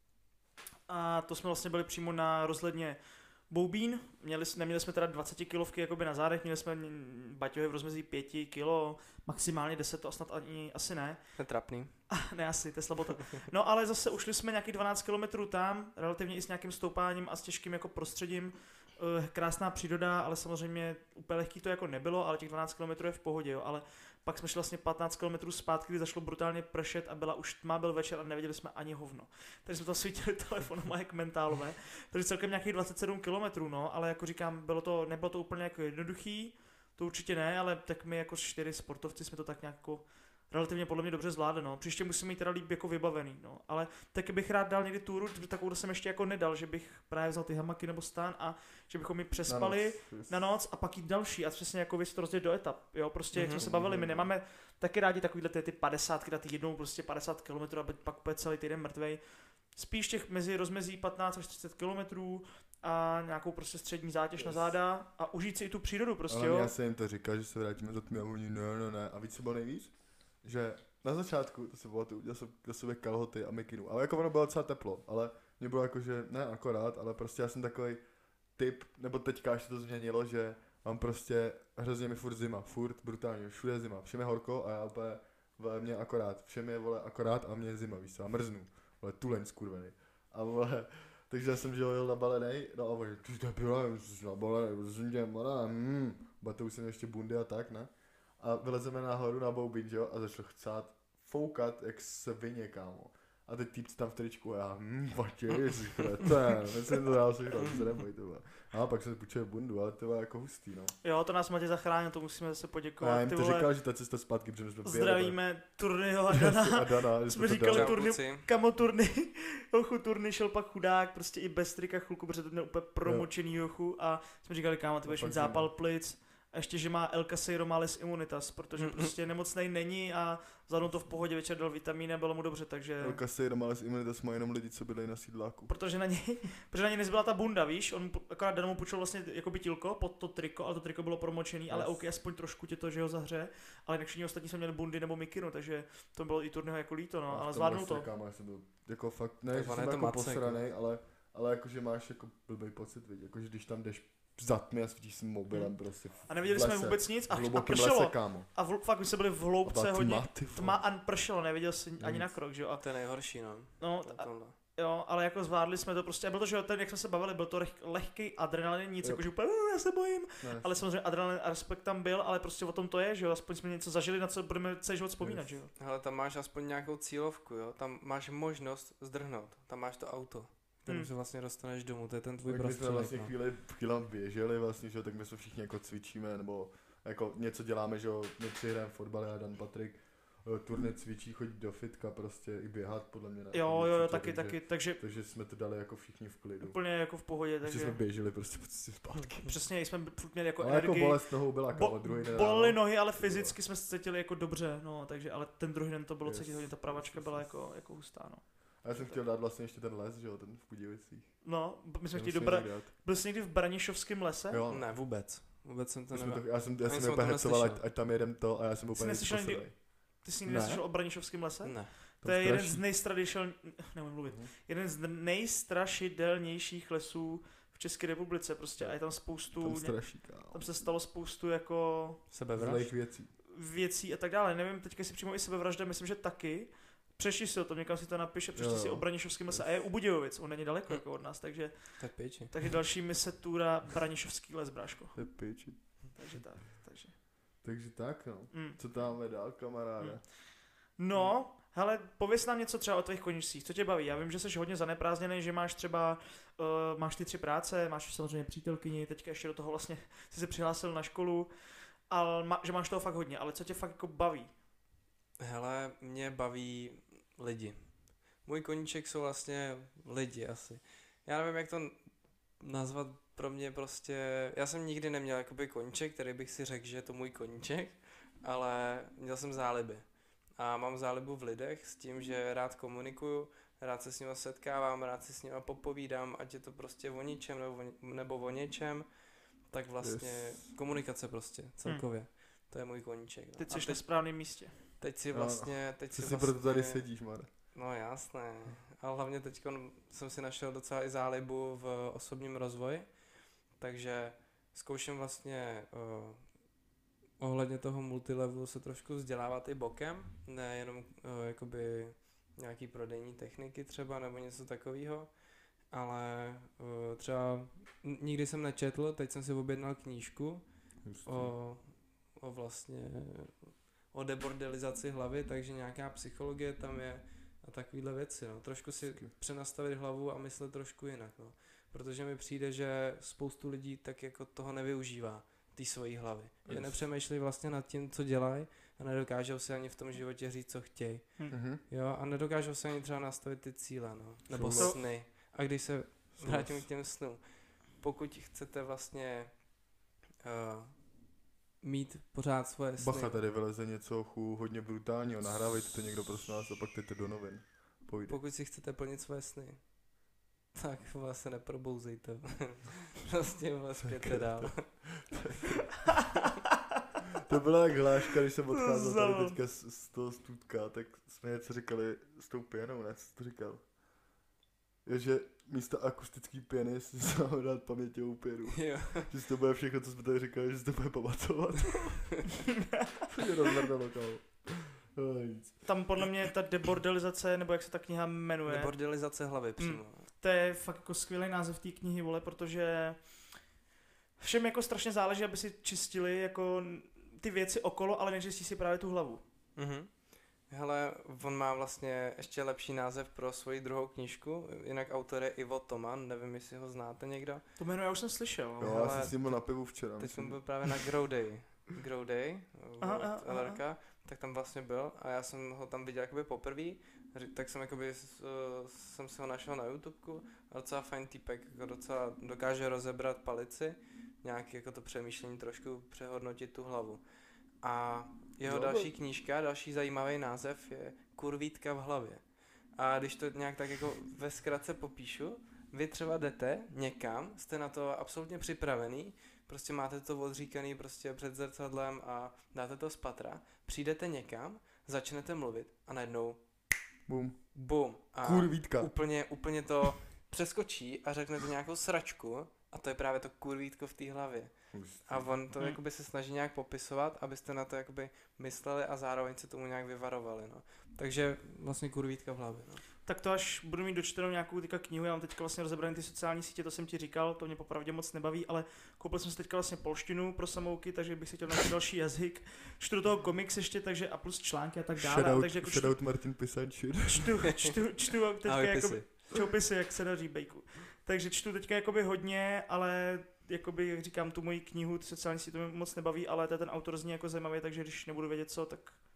a to jsme vlastně byli přímo na rozhledně Boubín, měli, jsme- neměli jsme teda dvacet kilovky jakoby na zádech, měli jsme mm, baťohy v rozmezí pět kilo, maximálně deset, to a snad ani, asi ne. To je trapný. Ne, asi, to je slabota. No ale zase ušli jsme nějakých dvanáct kilometrů tam, relativně i s nějakým stoupáním a s těžkým jako prostředím. Eh, Krásná příroda, ale samozřejmě úplně lehký to jako nebylo, ale těch dvanáct kilometrů je v pohodě, jo. Ale pak jsme šli vlastně patnáct kilometrů zpátky, kdy zašlo brutálně pršet a byla už tma, byl večer a neviděli jsme ani hovno. Takže jsme tam svítili telefonem jak mentálové. Takže celkem nějakých dvacet sedm kilometrů, no, ale jako říkám, bylo to, nebylo to úplně jako jednoduchý, to určitě ne, ale tak my jako čtyři sportovci jsme to tak nějak jako relativně podle mě dobře zvládli, no. Příště musíme mít teda líp jako vybavený, no. Ale taky bych rád dal někdy túru, protože takovou jsem ještě jako nedal, že bych právě vzal ty hamaky nebo stán a že bychom mi přespali Na noc, na noc a pak jít další a přesně jako věc to rozdělit do etap, jo, prostě jak Mhm. jsme se bavili, my nemáme taky rádi takovýhle ty, ty padesátky, ty jednou prostě padesát kilometrů a pak úplně celý týden mrtvej. Spíš těch mezi rozmezí patnáct až třicet kilometrů a nějakou prostě střední zátěž Yes. na záda a užít si i tu přírodu prostě, Ale jo. já jsem jim to říkal, že se vrátíme za tmy a oni ne, ne, ne. A víc co bylo nejvíc? Že na začátku, to se bylo, udělal jsem do sebe kalhoty a mikinu. Ale jako ono bylo docela teplo, ale mě bylo jako, že ne akorát, ale prostě já jsem takový typ, nebo teďka až se to změnilo, že mám prostě hrozně mi furt zima, furt brutálně, všude je zima, všem je horko a já úplně, vole, mě akorát, všem je, vole, akorát a mě je zima, víš co, a mrznu, vole, tuleň skurvený. A vole, takže já jsem, že jo, jel nabalenej, no a vole, ty debile, jsi nabalenej, prosím tě, mladá, hm, to už jsem ještě bundy a tak, ne? A vylezeme nahoru na Boubín, že jo, a začalo chcát foukat, jak se vině, kámo. A teď týpci tam v tričku a já, hm, vače, ježiš, kreten, myslím to dál si hrát, se neboj, to bylo. A pak jsem půjčil bundu, ale to bylo jako hustý, no. Jo, to nás Matěj zachránil, to musíme zase A já poděkovat, jim ty to vole. říkal, že ta cesta zpátky, protože my jsme vyjeli, Zdravíme Turnýho a tak. Dana. A Dana, že Jsme to říkali dali. Čau, turny- kluci. Kamo Turny, Jochu Turny šel pak chudák, prostě i bez trika chvilku, protože to měl úplně promočený Jochu a jsme říkali, kámo, ty budeš A mít pak zápal zima. plic a ještě, že má El Caseiro Malis Immunitas, protože Mm, mm. prostě nemocnej není a zvládnul to v pohodě, večer dal vitamíny a bylo mu dobře, takže... El Caseiro Males Immunitas má jenom lidi, co byli na sídláku. Protože na něj, protože na něj nezbyla ta bunda, víš, on pu- akorát Dan mu půjčil vlastně jakoby tílko pod to triko, ale to triko bylo promočený, ale Yes. OK, aspoň trošku tě to, že ho zahře, ale jinak všichni ostatní jsme měli bundy nebo mikinu, takže to bylo i Turného jako líto, no, A v ale tom zvládnul lese, to. Kámo, já jsem byl jako fakt, ne, Tak že on jsem je to jako macek, posranej, ale, ale jakože máš jako blbý pocit, viď, jakože když tam jdeš za tmy a svítíš si mobilem Hmm. prostě v, A neviděli v jsme lese, vůbec nic a, v a hlubokém pršelo. lese, kámo. A v, fakt, my jsme byli v A hloubce byla hodně, tma, ty vole. tma a pršelo, neviděl jsi ani Nic. na krok, že jo. A, To je nejhorší, no. no, Na a, tomhle. jo, ale jako zvládli jsme to prostě, a bylo to, že jo, ten, jak jsme se bavili, byl to leh, lehký adrenalin, nic, Jo. jako že úplně, "Uh, já se bojím, Ne, ale samozřejmě adrenalin a respekt tam byl, ale prostě o tom to je, že jo, aspoň jsme něco zažili, na co budeme celý život vzpomínat, Yes. že jo. Hele, tam máš aspoň nějakou cílovku, jo? Tam máš možnost zdrhnout. Tam máš to auto, kterým Hmm. se vlastně dostaneš domů. To je ten tvůj tak my jsme prostředek, vlastně no. chvíli, chvíli běželi vlastně, že jo, tak my jsme všichni jako cvičíme, nebo jako něco děláme, že jo, my tři hrajeme fotbal, já Dan, Patrik, turné cvičí, chodit do fitka, prostě i běhat podle mě. Na, jo, jo, jo, taky, takže, taky, takže... Takže jsme to dali jako všichni v klidu. Úplně jako v pohodě, takže... Takže jsme běželi prostě prostě zpátky. Přesně, jsme furt měli jako ale energii. jako bolest nohou byla, Bo- ale druhý den bolely nohy, ale fyzicky jsme se cítili jako dobře, no, takže, ale ten druhý den to bylo Yes. cítit hodně, ta pravačka Yes, byla yes. jako, jako hustá, no. A já jsem chtěl dát vlastně ještě ten les, že jo, ten v Kudějovicích. No, my jsme Ten chtěli do musíme Bra... dát. Byl jsi někdy v Branišovském lese? Jo. Ne, vůbec. Vůbec jsem to My jsme nevěděl. to, já jsem, já Ani jsem jsem o úplně tom hecoval, ať, neslyšel. ať tam jedem to a já jsem Jsi úplně neslyšel nikdy- posedlej. Ty jsi někdy Ne. neslyšel o Branišovském lese? Ne. To je jeden straší. z nejstrašidelnějších, nemůžu mluvit, Mhm. jeden z nejstrašidelnějších lesů v České republice prostě a je tam spoustu, Tam ně- straší, kámo. tam se stalo spoustu jako Sebevražd? Zlejch věcí. věcí a tak dále. Nevím, teďka si přímo i sebevražda, myslím, že taky. Přečti si o tom, někam si to napíše, přečti Jo, si jo. o Branišovském lese a je u Budějovic, on není daleko jako od nás, takže, Tak pěči. takže další mise tura Branišovský les, bráško. To je piči. Takže tak, takže. Takže tak, no. Mm. Co tam dál, kamaráde? Mm. No, hele, pověz nám něco třeba o tvých koníčcích, co tě baví? Já vím, že jsi hodně zaneprázdněný, že máš třeba, uh, máš ty tři práce, máš samozřejmě přítelkyni, teďka ještě do toho vlastně jsi se přihlásil na školu, ale ma, že máš toho fakt hodně, ale co tě fakt jako baví? Hele, mě baví lidi. Můj koníček jsou vlastně lidi asi. Já nevím, jak to nazvat, pro mě prostě, já jsem nikdy neměl jakoby koníček, který bych si řekl, že je to můj koníček, ale měl jsem záliby. A mám zálibu v lidech s tím, že rád komunikuju, rád se s nimi setkávám, rád si s nimi popovídám, ať je to prostě o ničem nebo o, nebo o něčem, tak vlastně Yes. komunikace prostě celkově. To je můj koníček. No. Teď A jsi na správném místě. Teď si No, vlastně, teď Co si si vlastně, proto tady sedíš, Mare? No jasné, ale hlavně teď jsem si našel docela i zálibu v osobním rozvoji, takže zkouším vlastně uh, ohledně toho multilevelu se trošku vzdělávat i bokem, nejenom uh, jakoby nějaký prodejní techniky třeba nebo něco takového, ale uh, třeba n- nikdy jsem nečetl, teď jsem si objednal knížku o, o vlastně o debordelizaci hlavy, takže nějaká psychologie tam je a takovýhle věci, no. Trošku si přenastavit hlavu a myslet trošku jinak, no. Protože mi přijde, že spoustu lidí tak jako toho nevyužívá, ty svojí hlavy. Yes. Že nepřemýšlí vlastně nad tím, co dělají a nedokážou si ani v tom životě říct, co chtějí. Mhm. Jo, a nedokážou si ani třeba nastavit ty cíle, no. Nebo Souhlas. sny. A když se Souhlas. vrátím k těm snům, pokud chcete vlastně uh, mít pořád svoje sny. Bacha, tady vyleze něco chů, hodně brutálního, nahrávejte to někdo prosím nás a pak jdete do novin. Pojde. Pokud si chcete plnit svoje sny, tak vás se neprobouzejte. Prostě vás zpěte dál. To byla jak hláška, když jsem odcházel Zalo. tady teďka z, z toho stůdka, tak jsme něco říkali s tou pianou, ne? Co jsi to říkal? Je, že místo akustický piany si se máme dát paměťovou pianu. Jo. Že si to bude všechno, co jsme tady říkali, že si to bude pamatovat. To mě rozmrdalo, kámo. No, nic. Tam podle mě ta debordelizace, nebo jak se ta kniha jmenuje, Debordelizace hlavy přímo. to je fakt jako skvělý název té knihy, vole, protože všem jako strašně záleží, aby si čistili jako ty věci okolo, ale nečistí si právě tu hlavu. Mhm. Hele, on má vlastně ještě lepší název pro svoji druhou knížku, jinak autor je Ivo Toman, nevím, jestli ho znáte někdo. To jméno já už jsem slyšel. Jo, No. já ale jsem s ním byl na pivu včera. Teď myslím. jsem byl právě na Grow Day. Grow Day Aha, od aha, aha. L R K, tak tam vlastně byl a já jsem ho tam viděl jakoby poprvé, tak jsem jakoby, s- jsem si ho našel na YouTubeku a docela fajn týpek, jako docela dokáže rozebrat palici, nějak jako to přemýšlení trošku přehodnotit tu hlavu. A jeho Jo, další knížka, další zajímavý název je Kurvítka v hlavě. A když to nějak tak jako ve zkratce popíšu, vy třeba jdete někam, jste na to absolutně připravený, prostě máte to odříkaný prostě před zrcadlem a dáte to z patra, přijdete někam, začnete mluvit a najednou Bum. bum. A Kurvítka. úplně, úplně to přeskočí a řeknete nějakou sračku a to je právě to kurvítko v té hlavě. A on to Hmm. jakoby se snaží nějak popisovat, abyste na to jakoby mysleli a zároveň se tomu nějak vyvarovali, no. Takže vlastně kurvítka v hlavě, no. Tak to až budu mít dočtenou nějakou teďka knihu, já mám teďka vlastně rozebraný ty sociální sítě, to jsem ti říkal, to mě popravdě moc nebaví, ale koupil jsem si teďka vlastně polštinu pro samouky, takže bych si chtěl naučit další jazyk. Čtu do toho komiks ještě, takže a plus články a tak dále. Shoutout, takže jako čtu, shoutout Martin Pisančin. čtu, čtu, čtu teďka Ahoj, jako, pisy. čoupisy, jak se daří bejku. Takže čtu teďka jakoby hodně, ale jakoby, jak říkám, tu moji knihu, ty sociální sítě to mě moc nebaví, ale to ten autor zní jako zajímavý, takže když nebudu vědět co, tak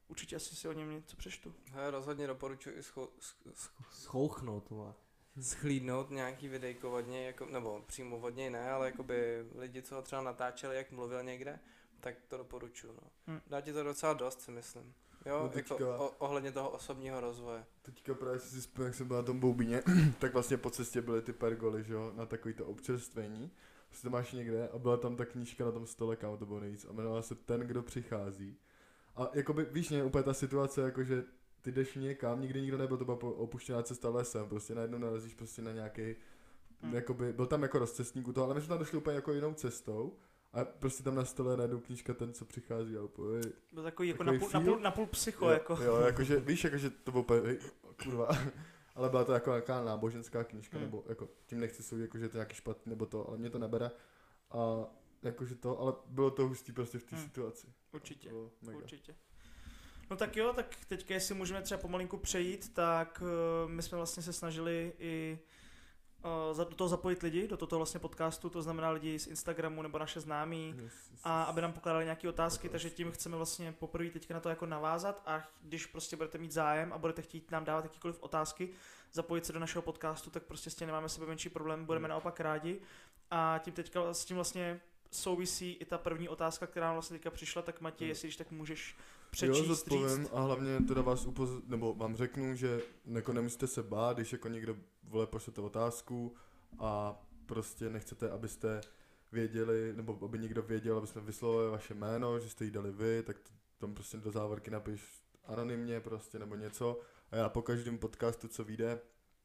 určitě asi si o něm něco přečtu. Hele, rozhodně doporučuji i schou, sch, schouchnout, schlídnout nějaký videjko od něj, jako, nebo přímo od něj ne, ale jakoby lidi, co ho třeba natáčeli, jak mluvil někde, tak to doporučuji. No. Hmm. Dá ti to docela dost, si myslím. Jo, no teďka, jako o, ohledně toho osobního rozvoje. Teďka právě si vzpomínám, jak jsem byl na tom Boubíně, tak vlastně po cestě byly ty pergoly, že jo, na takový to občerstvení. Prostě to máš někde a byla tam ta knížka na tom stole, kámo, to bylo nejvíc. A jmenovala se Ten, kdo přichází. A jakoby, víš, mě úplně ta situace, jakože ty jdeš někam, nikdy nikdo nebyl, to byla opuštěná cesta lesem, prostě najednou narazíš prostě na nějaký, hmm. jakoby, byl tam jako rozcestník u toho, ale my jsme tam došli úplně jako jinou cestou. A prostě tam na stole najednou knížka Ten, co přichází a úplně... Byl takový jako napůl, napůl, napůl psycho, jo, jako. Jo, jakože, víš, jakože to bylo úplně, hej, kurva, ale byla to jako nějaká náboženská knížka, hmm. nebo jako, tím nechci soudit, jakože je to nějaký špatný, nebo to, ale mě to nebere. A jakože to, ale bylo to hustý prostě v té hmm. situaci. Určitě, určitě. No tak jo, tak teďka jestli můžeme třeba pomalinku přejít, tak uh, my jsme vlastně se snažili i do toho zapojit lidi, do toho vlastně podcastu, to znamená lidi z Instagramu nebo naše známí, a aby nám pokládali nějaké otázky, takže tím chceme vlastně poprvé teďka na to jako navázat, a když prostě budete mít zájem a budete chtít nám dávat jakýkoliv otázky, zapojit se do našeho podcastu, tak prostě s tím nemáme sebe menší problém, budeme naopak rádi. A tím teďka s tím vlastně souvisí i ta první otázka, která nám vlastně teďka přišla, tak Matěj, jestli když tak můžeš přečíst, jo, zodpovím, a hlavně teda vás upoz... nebo vám řeknu, že jako nemusíte se bát, když jako někdo vole pošlete otázku a prostě nechcete, abyste věděli, nebo aby někdo věděl, aby jsme vyslovili vaše jméno, že jste jí dali vy, tak tam prostě do závorky napiš anonymně prostě nebo něco, a já po každém podcastu, co vyjde,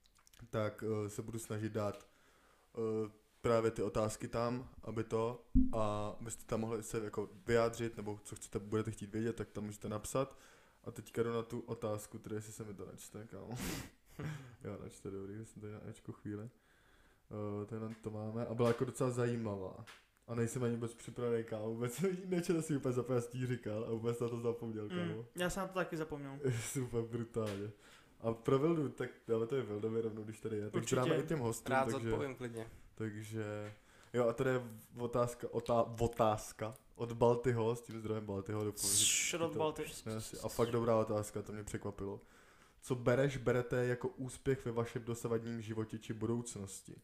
tak uh, se budu snažit dát uh, právě ty otázky tam, aby to, a byste tam mohli se jako vyjádřit, nebo co chcete, budete chtít vědět, tak tam můžete napsat. A teďka jdu na tu otázku, tedy jestli se mi to načte, kámo. Jo, načte, dobrý, jsem tady na Ečku chvíli. Uh, tady to máme a byla jako docela zajímavá. A nejsem ani vůbec připravený, kámo, vůbec nečetl si úplně zapomněl, tí říkal a vůbec na to zapomněl, kámo. Mm, já jsem na to taky zapomněl. Super brutálně. A pro Vildu, tak dáme to je Vildovi rovnou, když tady je. Tak dáme i těm hostům, rád takže... zodpovím klidně. Takže, jo, a tady je otázka, otá, otázka od Baltyho, s tím zdrojem Baltyho. Shut od Balty. A fakt dobrá otázka, to mě překvapilo. Co bereš, berete jako úspěch ve vašem dosavadním životě či budoucnosti?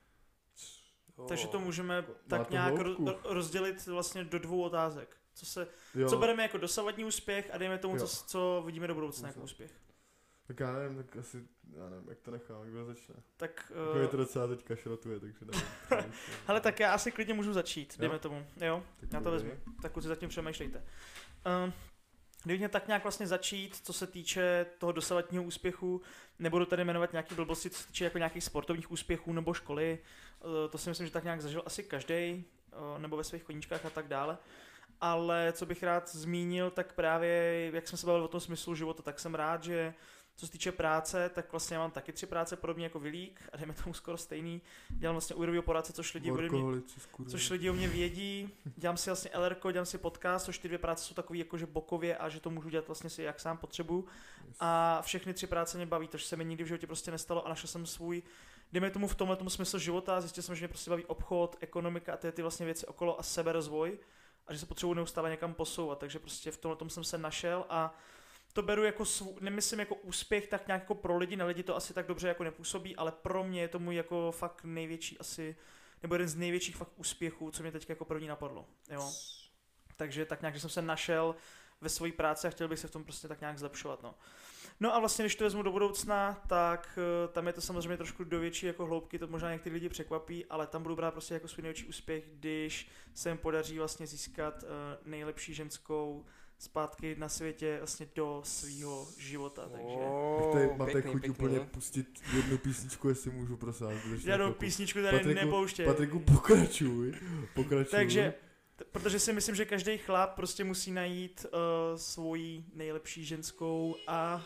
Oh. Takže to můžeme Má tak to nějak ro- rozdělit vlastně do dvou otázek. Co, se, co bereme jako dosavadní úspěch a dejme tomu, co, co vidíme do budoucna jako úspěch. Tak já nevím, tak asi, já nevím, jak to nechám, jak kdo začne. Tak... Uh... Jako to docela teďka šrotuje, takže nevím. Hele, tak já asi klidně můžu začít, dejme jo? tomu, jo, tak já to vezmu, tak kluci zatím přemýšlejte. Uh, Kdybych tak nějak vlastně začít, co se týče toho dosavadního úspěchu, nebudu tady jmenovat nějaký blbosti, co se týče jako nějakých sportovních úspěchů nebo školy, uh, to si myslím, že tak nějak zažil asi každej, uh, nebo ve svých koníčkách a tak dále. Ale co bych rád zmínil, tak právě, jak jsme se bavili o tom smyslu života, tak jsem rád, že co se týče práce, tak vlastně já mám taky tři práce, podobně jako Vilík, a dejme tomu skoro stejný. Dělám vlastně úvěrovýho poradce, což lidi, mě, což lidi o mě vědí. Dělám si vlastně el erko, dělám si podcast, což ty dvě práce jsou takový jakože bokově a že to můžu dělat vlastně si jak sám potřebuju. A všechny tři práce mě baví, to se mi nikdy v životě prostě nestalo, a našel jsem svůj, dejme tomu v tomhle tomu smysl života, zjistil jsem, že mě prostě baví obchod, ekonomika a ty, ty vlastně věci okolo a seberozvoj, a že se potřebuji neustále někam posouvat, takže prostě v tomhle tomu jsem se našel a to beru jako, svů, nemyslím jako úspěch, tak nějak jako pro lidi, na lidi to asi tak dobře jako nepůsobí, ale pro mě je to můj jako fakt největší asi, nebo jeden z největších fakt úspěchů, co mě teď jako první napadlo, jo. Takže tak nějak, že jsem se našel ve své práci a chtěl bych se v tom prostě tak nějak zlepšovat, no. No a vlastně, když to vezmu do budoucna, tak uh, tam je to samozřejmě trošku do větší jako hloubky, to možná některý lidi překvapí, ale tam budu brát prostě jako svůj největší úspěch, když se jim podaří vlastně získat uh, nejlepší ženskou zpátky na světě vlastně do svýho života, takže... Oh, tady máte chuť úplně pustit jednu písničku, jestli můžu, prosím. Žádnou písničku tady Patriku, nepouštěj. Patriku, pokračuj, pokračuj. Takže, t- protože si myslím, že každý chlap prostě musí najít uh, svoji nejlepší ženskou a...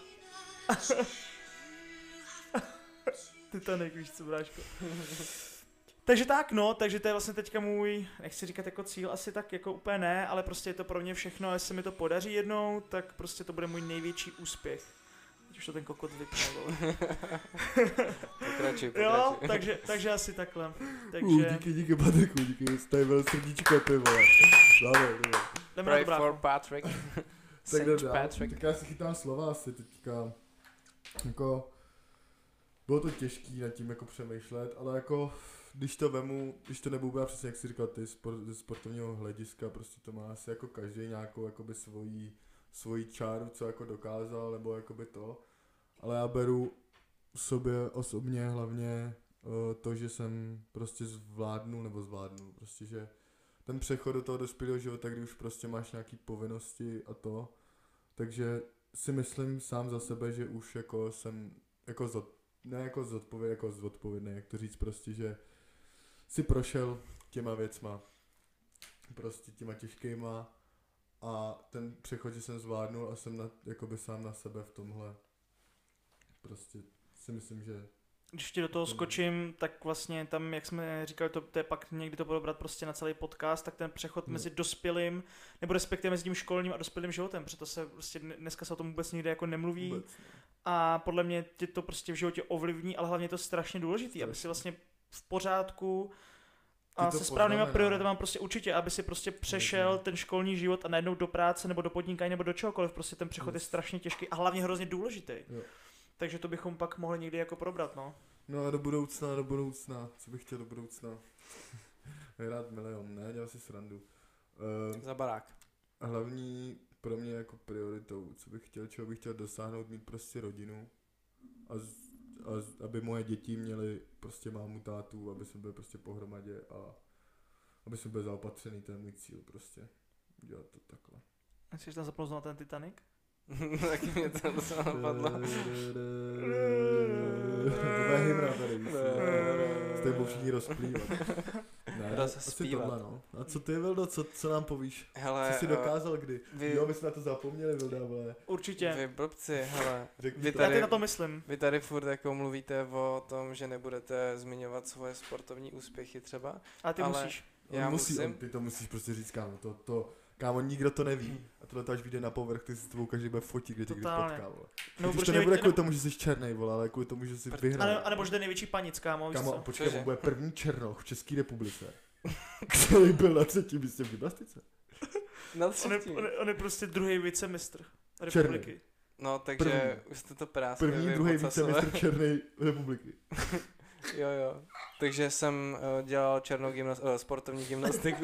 Titanic, víš co, bráško. Takže tak, no, takže to je vlastně teďka můj, nechci říkat jako cíl, asi tak jako úplně ne, ale prostě je to pro mě všechno, a jestli mi to podaří jednou, tak prostě to bude můj největší úspěch. Teď už to ten kokot vypnul. Pokračuj, pokračuj. Jo, takže, takže asi takhle. Takže... Uh, díky, díky Patriku, díky, stavil srdíčko, ty vole. Dáme, Pray for Patrick. Tak jdem Saint dál. Patrick. Tak já si chytám slova asi teďka. Jako, bylo to těžký nad tím jako přemýšlet, ale jako, když to vemu, když to nebudu přesně jak jsi říkal ty, sport, ze sportovního hlediska, prostě to má asi jako každý nějakou jakoby svojí, svojí čáru, co jako dokázal, nebo jakoby to. Ale já beru sobě osobně hlavně uh, to, že jsem prostě zvládnul, nebo zvládnul, prostě, že ten přechod do toho dospělého života, kdy už prostě máš nějaký povinnosti a to, takže si myslím sám za sebe, že už jako jsem, jako zod, ne jako zodpovědný, jako zodpovědný, jak to říct prostě, že si prošel těma věcma, prostě těma těžkýma a ten přechod, že jsem zvládnul a jsem na, jakoby sám na sebe v tomhle, prostě si myslím, že... Když ti do toho skočím, tak vlastně tam, jak jsme říkali, to, to je pak někdy to probrat prostě na celý podcast, tak ten přechod no. mezi dospělým, nebo respektive mezi tím školním a dospělým životem, protože se prostě dneska se o tom vůbec nikde jako nemluví. Vůbec, no. A podle mě tě to prostě v životě ovlivní, ale hlavně je to strašně důležitý, aby si vlastně v pořádku a se správnýma prioritama prostě určitě, aby si prostě přešel ten školní život a najednou do práce nebo do podnikání nebo do čehokoliv, prostě ten přechod je strašně těžký a hlavně hrozně důležitý. Jo. Takže to bychom pak mohli někdy jako probrat, no. No a do budoucna, do budoucna, co bych chtěl do budoucna? Hrát milion, ne, dělal si srandu. Uh, Za barák. Hlavní pro mě jako prioritou, co bych chtěl, čeho bych chtěl dosáhnout, mít prostě rodinu a, z, a z, aby moje děti měly prostě mámu, tátu, aby jsme byli prostě pohromadě a aby jsme byli zaopatřený, to je můj cíl prostě, dělat to takhle. Chceš tam zapnout na ten Titanic? Taky mě to docela napadlo. To je hymna tady, víš. S tím všichni rozplývat. Ne, asi tohle, no. A co ty, Vildo, co, co nám povíš? Hele, co jsi dokázal kdy? Vy, jo, my jsme na to zapomněli, Vilda, ale... Určitě. Vy blbci, hele. Vy tady, Já ty na to myslím. Vy tady furt jako mluvíte o tom, že nebudete zmiňovat svoje sportovní úspěchy třeba. A ty ale musíš. Já musí, musím. On, ty to musíš prostě říct, kámo, to, to, kámo, nikdo to neví. A tohle to až vyjde na povrch, ty si s tebou každý bude fotit, kde tě kdy potká, vole. No, to nebude kvůli tomu, že jsi černej, vole, ale kvůli tomu, že jsi vyhrál. A nebo že to je největší panic, kámo, Kámo, co? počkej, on bude první černoch v České republice, který byl na třetím místě v gymnastice. Na on, je, on, je, on je prostě druhý vicemistr republiky. Černý. No, takže První. už jste to práskli. První, druhý vicemistr Černej republiky. Jo, jo. Takže jsem uh, dělal černou gymnast- uh, sportovní gymnastiku.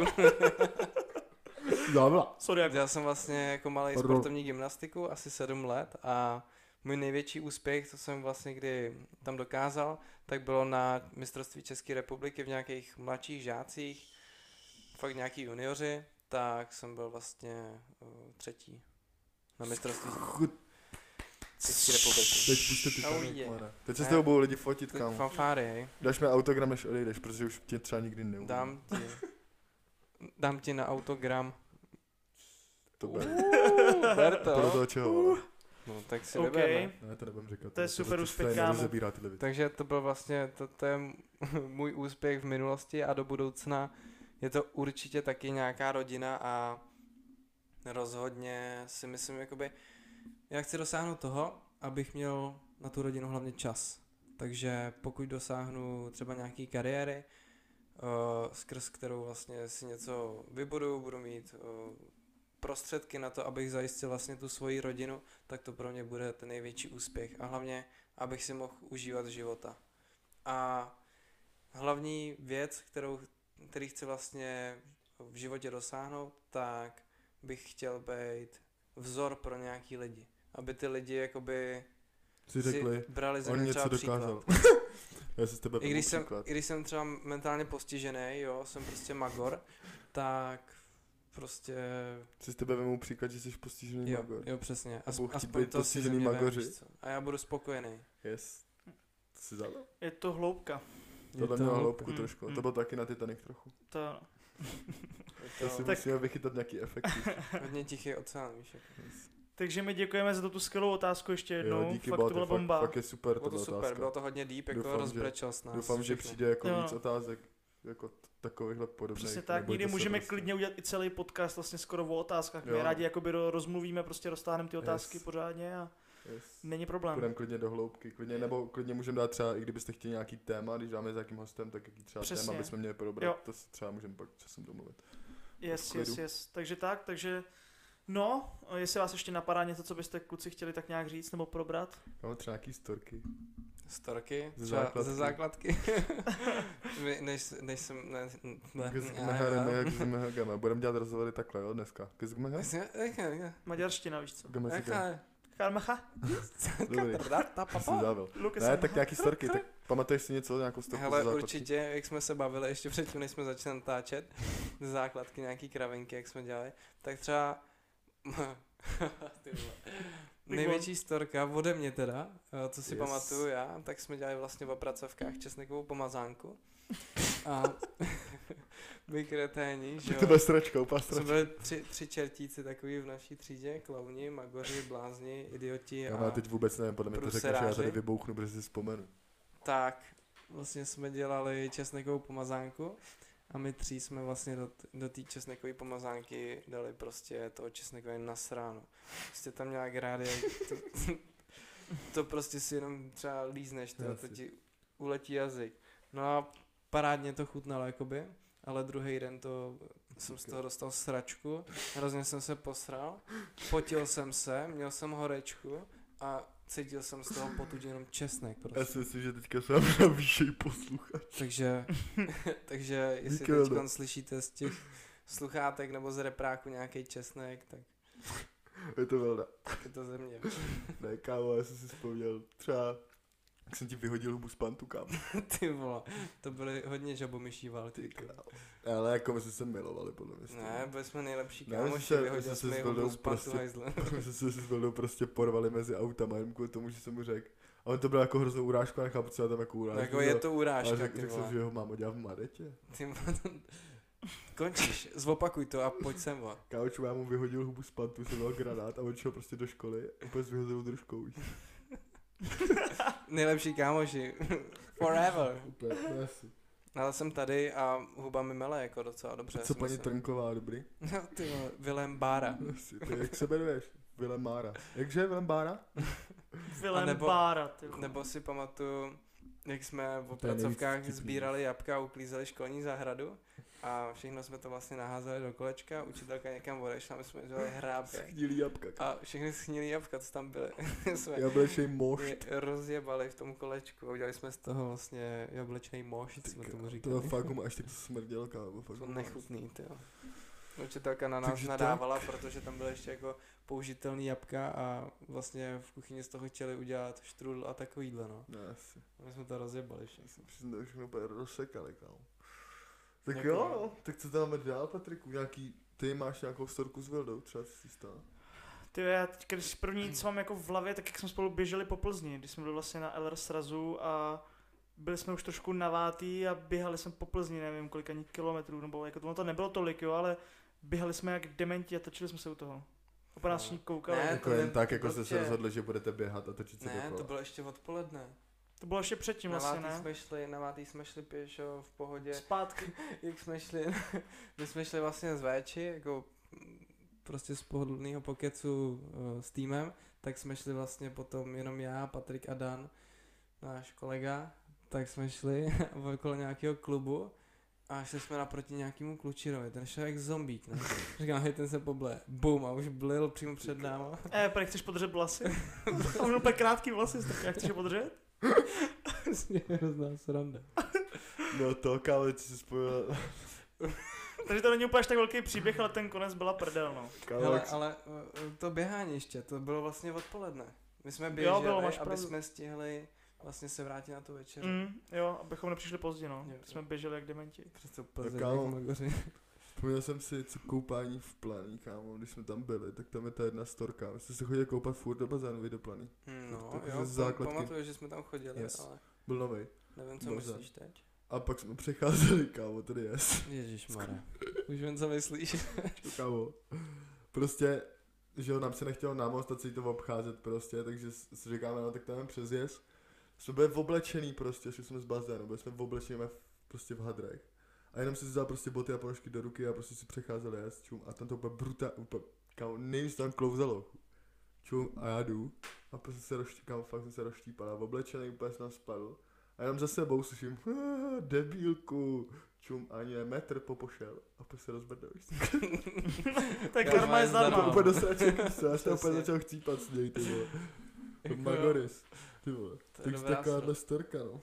Dávala. Sorry, jako. Dělal jsem vlastně jako malý sportovní gymnastiku, asi sedm let a můj největší úspěch, co jsem vlastně kdy tam dokázal, tak bylo na mistrovství České republiky v nějakých mladších žácích, fakt nějaký junioři, tak jsem byl vlastně uh, třetí na mistrovství České republiky. Teď puste ty Oh, tam, yeah. Teď se s tebou budou lidi fotit, Ty kámo. fanfáry, hej. Dáš mi autogram, než odejdeš, protože už tě třeba nikdy neuvidím. Dám ti, dám ti na autogram. To ber. Uh, ber to. Podle toho čeho, vole. No, tak si OK. vyberme. Ne, to nebudem říkat. To je protože super to úspěch, tady kámo. nerozebírá tyhle věci. Takže to byl vlastně, to, to je můj úspěch v minulosti a do budoucna je to určitě taky nějaká rodina a rozhodně si myslím, jakoby, já chci dosáhnout toho, abych měl na tu rodinu hlavně čas. Takže pokud dosáhnu třeba nějaký kariéry, uh, skrz kterou vlastně si něco vybuduju, budu mít uh, prostředky na to, abych zajistil vlastně tu svoji rodinu, tak to pro mě bude ten největší úspěch a hlavně, abych si mohl užívat života. A hlavní věc, kterou, který chci vlastně v životě dosáhnout, tak bych chtěl být vzor pro nějaký lidi. Aby ty lidi jakoby Si řekli, si brali ze on mě něco třeba dokázal. příklad. Já si s tebe I když, jsem, příklad. I když jsem třeba mentálně postižený, jo, jsem prostě magor, tak prostě... Si s tebe vemu příklad, že jsi postižený Jo, magor. jo, přesně. A budou chtít aspoň být to si ze postižený mě magoři. vem, víš co. A já budu spokojený. Yes. To si zadal? Je to hloubka. Tohle to mělo hloubka. hloubku Mm, trošku. mm. To bylo taky na Titanic trochu. To... To si Tak- musíme vychytat nějaký efekt. Hodně tichý oceán, víš. Jako. Takže my děkujeme za tu skvělou otázku ještě jednou. Jo, díky, Fakt bylo to byla fakt, bomba. fakt je super Bylo to tato super, otázka. bylo to hodně deep, jako Doufám, že- rozbrečel s nás. Doufám, že všechny. přijde jako Jo. víc otázek, jako t- takovýchhle podobných. Přesně tak, nebojte někdy se můžeme prostě. klidně udělat i celý podcast vlastně skoro o otázkách. My Jo. rádi jakoby ro- rozmluvíme, prostě roztáhneme ty otázky Yes. pořádně a Yes. není problém. Půjdeme klidně do hloubky, klidně, nebo klidně můžeme dát třeba, i kdybyste chtěli nějaký téma, když dáme s nějakým hostem, tak jaký třeba Přesně. téma bychom měli probrat, Jo. to si třeba můžeme pak časem domluvit. Yes, v klidu. yes, yes. Takže tak, takže No, jestli vás ještě napadá něco, co byste kluci chtěli tak nějak říct nebo probrat? Mám třeba nějaký storky. Storky? Ze Třeba základky. Ze základky. My, než, než jsem... Ne, ne, ne, Budeme dělat rozhovory takhle, jo, dneska. Maďarština, víš co? Jaká? Karmacha? Dobrý, jsem zavil. Ne, tak nějaký storky, tak pamatuješ si něco, nějakou storku ze Hele, základky? určitě, jak jsme se bavili ještě předtím, než jsme začali natáčet, ze základky nějaký kravinky, jak jsme dělali, tak třeba... Ty vole. Největší storka ode mě teda, co si Yes. pamatuju já, tak jsme dělali vlastně v pracovkách česnekovou pomazánku. A my kreténi, že jo. To bude sračka, úplná Jsme sračka. byli tři, tři čertíci takový v naší třídě, klauni, magoři, blázni, idioti Já a mám teď vůbec nevím, podle mě to řekneš, já pruseráři. tady vybouchnu, protože si vzpomenu. tak vlastně jsme dělali česnekovou pomazánku a my tří jsme vlastně do, t- do té česnekové pomazánky dali prostě toho česnekové nasráno. Prostě tam nějak rádi, to, to prostě si jenom třeba lízneš, to, to ti uletí jazyk. No a parádně to chutnalo jakoby, ale druhý den to jsem z toho dostal sračku, hrozně jsem se posral, potil jsem se, měl jsem horečku a cítil jsem z toho potu jenom česnek prostě. Já si myslím, že teďka jsem na výšej posluchač. Takže, takže jestli Díky, teď slyšíte z těch sluchátek nebo z repráku nějaký česnek, tak Je to velda. je to ze mě. Ne, kámo, já jsem si vzpomněl, třeba, jak jsem ti vyhodil hubu z pantu, kámo. Ty vole, to byly hodně žabomyší války. Ale jako my jsme se milovali, podle mě. Ne, byli jsme nejlepší Ne, kámoši, že- vyhodil že se jsme s jeho Vildou z pantu prostě- hajzle. Protože jsme se s Vildou prostě porvali mezi autama, jenom kvůli tomu, že jsem mu řekl. A on to byl jako hroznou urážku, a nechápu, co já tam jako urážku. Jako je to ale urážka, řekl, ty řekl jsem, vole. že ho mám dělat v Madetě. Ty vole, končíš, zopakuj to a pojď sem, vole. Kámoču, já mu vyhodil hubu z pantu, jsem dal granát a on šel prostě do školy, úplně s vyhozenou držkou. Nejlepší kámoši. Forever. Úplně, no asi. Ale jsem tady a huba mi mele jako docela dobře. Co si paní myslím. Trnková, dobrý? No ty vole, Vilém Bára. Asi, ty, jak se jmenuješ? Vilém Mára. Jakže Vilém Bára? Vilém nebo- Bára, ty vole. Nebo si pamatuju, jak jsme v To je nejvíc pracovkách vtipný. sbírali jabka a uklízeli školní zahradu a všechno jsme to vlastně naházeli do kolečka, učitelka někam odešla, my jsme dělali hrábě Schnilý jabka. a všechny schnilý jabka, co tam byly, jsme Jablečný mošt. je rozjebali v tom kolečku a udělali jsme z toho vlastně jablečný mošt, jsme tomu To říkali. fakt mu až tak to smrdělo, kámo. Fakt To mu- nechutný, tyjo. Učitelka na nás Takže nadávala, protože tam byly ještě jako použitelný jabka a vlastně v kuchyni z toho chtěli udělat štrudl a takovýhle, no. Ne, asi. My jsme to rozjebali všechno. Myslím, že všechno úplně rozsekali, kámo. Tak Jako- jo, no. Tak co tam máme dál, Patriku? Nějaký, ty máš nějakou storku s Vildou, třeba si stala? Ty jo, já teď, když první, co mám jako v hlavě, tak jak jsme spolu běželi po Plzni, když jsme byli vlastně na L R srazu a byli jsme už trošku navátý a běhali jsme po Plzni, nevím kolik ani kilometrů, nebo jako to, to nebylo tolik, jo, ale běhali jsme jak dementi a točili jsme se u toho. Opa nás všichni koukali. Ne, Jako to jen jen tak, jako jste se blbě. rozhodli, že budete běhat a točit se Ne, dokola. to bylo ještě odpoledne. To bylo ještě předtím Na vlastně, Vátý ne? jsme šli, na Vátý jsme šli pěšo v pohodě. Zpátky. Jak jsme šli, my jsme šli vlastně z Véči, jako prostě z pohodlného pokecu uh, s týmem, tak jsme šli vlastně potom jenom já, Patrik a Dan, náš kolega, tak jsme šli okolo nějakého klubu a šli jsme naproti nějakému klučirovi, ten šel jak zombík, ne? Říkám, hej, ten se poble, bum, a už blil přímo před náma. Eh, prý chceš podržet vlasy? A on úplně krátký vlasy, tak jak chceš je podržet? Vlastně hrozná sranda. No to, kámo, co si spojil. Takže to není úplně až tak velký příběh, ale ten konec byla prdel, no. Kámo, Hele, jak- ale uh, to běhání ještě, to bylo vlastně odpoledne. My jsme Jo, běželi, bylo, máš aby pravdu. jsme stihli vlastně se vrátit na tu večeři. Mm, jo, abychom nepřišli pozdě, no. Jo. Jsme běželi jak dementi. Přes to Plzeň, kámo. jak Magoři. Vzpomněl jsem si, co koupání v Planý, kámo, když jsme tam byli, tak tam je ta jedna storka. My jsme se chodili koupat furt do bazénu, vy do Planý. Hmm, no, Tak jo, ze pam- základky. pamatuju, že jsme tam chodili, Yes. ale Byl novej. nevím, co Bazén. myslíš teď. A pak jsme přecházeli, kámo, tady je. Ježišmarja. Už vím, co myslíš. Kámo. Prostě, že jo, nám se nechtělo na most a celý to obcházet prostě, takže s- si říkáme, no tak tam jdeme přes jez. Jsme byli oblečený prostě, šli jsme z bazénu, byli jsme oblečení v- prostě v hadrech. A jenom si vzal prostě boty a ponožky do ruky a prostě si přecházeli jez, čum. A tam to úplně brutálně, úplně, kámo, nejvíc tam klouzalo. Čum, a já jdu. A prostě se roští, kámo, fakt jsem se roštípal a oblečený úplně jsem tam spadl. A jenom za sebou slyším, ah, debílku, čum, ani ne metr popošel a pak se rozbrdal. Tak karma je zdarma. To úplně dostal místo, já jsem úplně začal chcípat s něj, ty vole. Magoris, ty vole. Takže takováhle storka, no.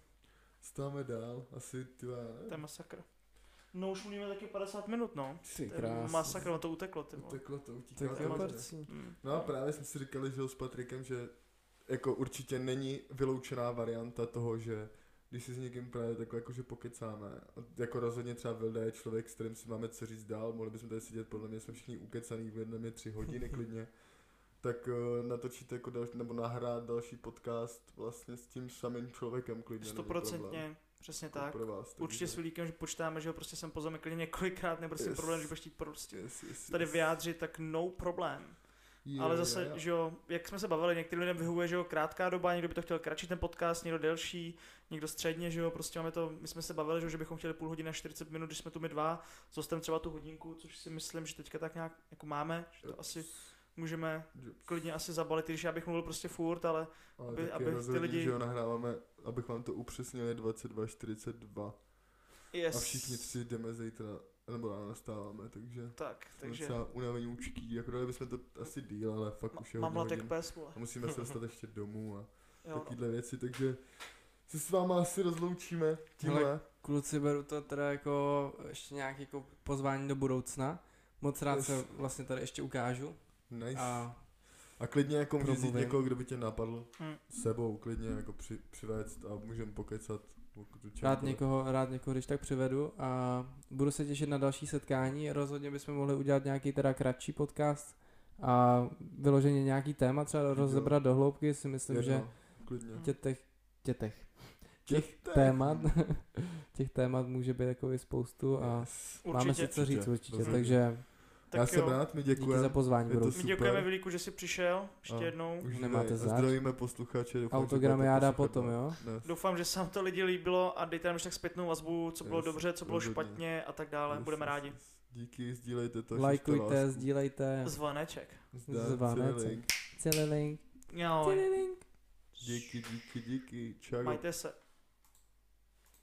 Stáme dál, asi, ty vole, ne? To je masakr. No už mluvíme taky padesát minut, no. Ty krásný. Masakr, no to uteklo, ty vole. Uteklo to, utíká tak to. Hmm. No a právě jsme si říkali, že s Patrikem, že jako určitě není vyloučená varianta toho, že když si s někým právě takhle jakože pokecáme, jako rozhodně třeba Vilda je člověk, s kterým si máme co říct dál, mohli bychom tady sedět, podle mě jsme všichni ukecaný, v jednom je tři hodiny klidně, tak uh, natočíte jako další, nebo nahrát další podcast vlastně s tím samým člověkem klidně. Stoprocentně, přesně jako tak. Pro vás, Určitě s Vilíkem, že počítáme, že ho prostě sem pozveme klidně několikrát, nebude si yes. problém, že budeš chtít prostě yes, yes, tady yes. vyjádřit, tak no problém. Yeah, Ale zase, yeah. že jo, jak jsme se bavili, některým lidem vyhovuje, že jo, krátká doba, někdo by to chtěl kratší ten podcast, někdo delší, někdo středně, že jo, prostě máme to, my jsme se bavili, že, jo, že bychom chtěli půl hodiny a čtyřicet minut, když jsme tu my dva, zostanem třeba tu hodinku, což si myslím, že teďka tak nějak jako máme, že to asi můžeme klidně asi zabalit, když já bych mluvil prostě furt, ale, ale aby, aby rozhodně, ty lidi... že jo, nahráváme, abych vám to upřesnil, je dvacet dva čtyřicet dva. Yes. A všichni tři jdeme zítra, nebo ráno nastáváme, takže tak, takže... třeba unavení učky, jako dali bychom to asi díl, ale fakt Ma- už je mám hodně latek hodin. pes, vole. A musíme se dostat ještě domů a Jo, takovýhle věci, takže se s váma asi rozloučíme tímhle. Hele, kluci, beru to teda jako ještě nějaké jako pozvání do budoucna. Moc rád Yes. se vlastně tady ještě ukážu. Nice. A A klidně jako můžeš jít promluvím. někoho, kdo by tě napadl Hmm. s sebou, klidně jako při, přivést a můžeme pokecat. rád někoho, rád někoho, když tak přivedu a budu se těšit na další setkání. Rozhodně bychom mohli udělat nějaký teda kratší podcast a vyloženě nějaký téma třeba rozebrat do hloubky, si myslím, Jedno, že klidně. tětech, tětech, těch Tětech. témat, těch témat může být takový spoustu a máme si co říct Určitě. určitě, Rozhodně. takže Tak Já jsem jo. rád, my díky děkujeme. za pozvání Je to budoucí. My super. děkujeme Vilíku, že jsi přišel, ještě A jednou. Už Nemáte ne, zač. zdravíme posluchače. Doufám, že Autogramy budete já dá poslouchat potom, dál. jo? Dnes. Doufám, že se vám to lidi líbilo a dejte nám ještě tak zpětnou vazbu, co bylo Yes, dobře, co bylo rozhodně. špatně a tak dále. Yes, Budeme yes, rádi. yes. Díky, sdílejte to. Lajkujte, šište sdílejte, Zvaneček. Zdar, Zvaneček. celý link. celý link, Jo, celý link. Díky, díky, díky. Čau. majte se.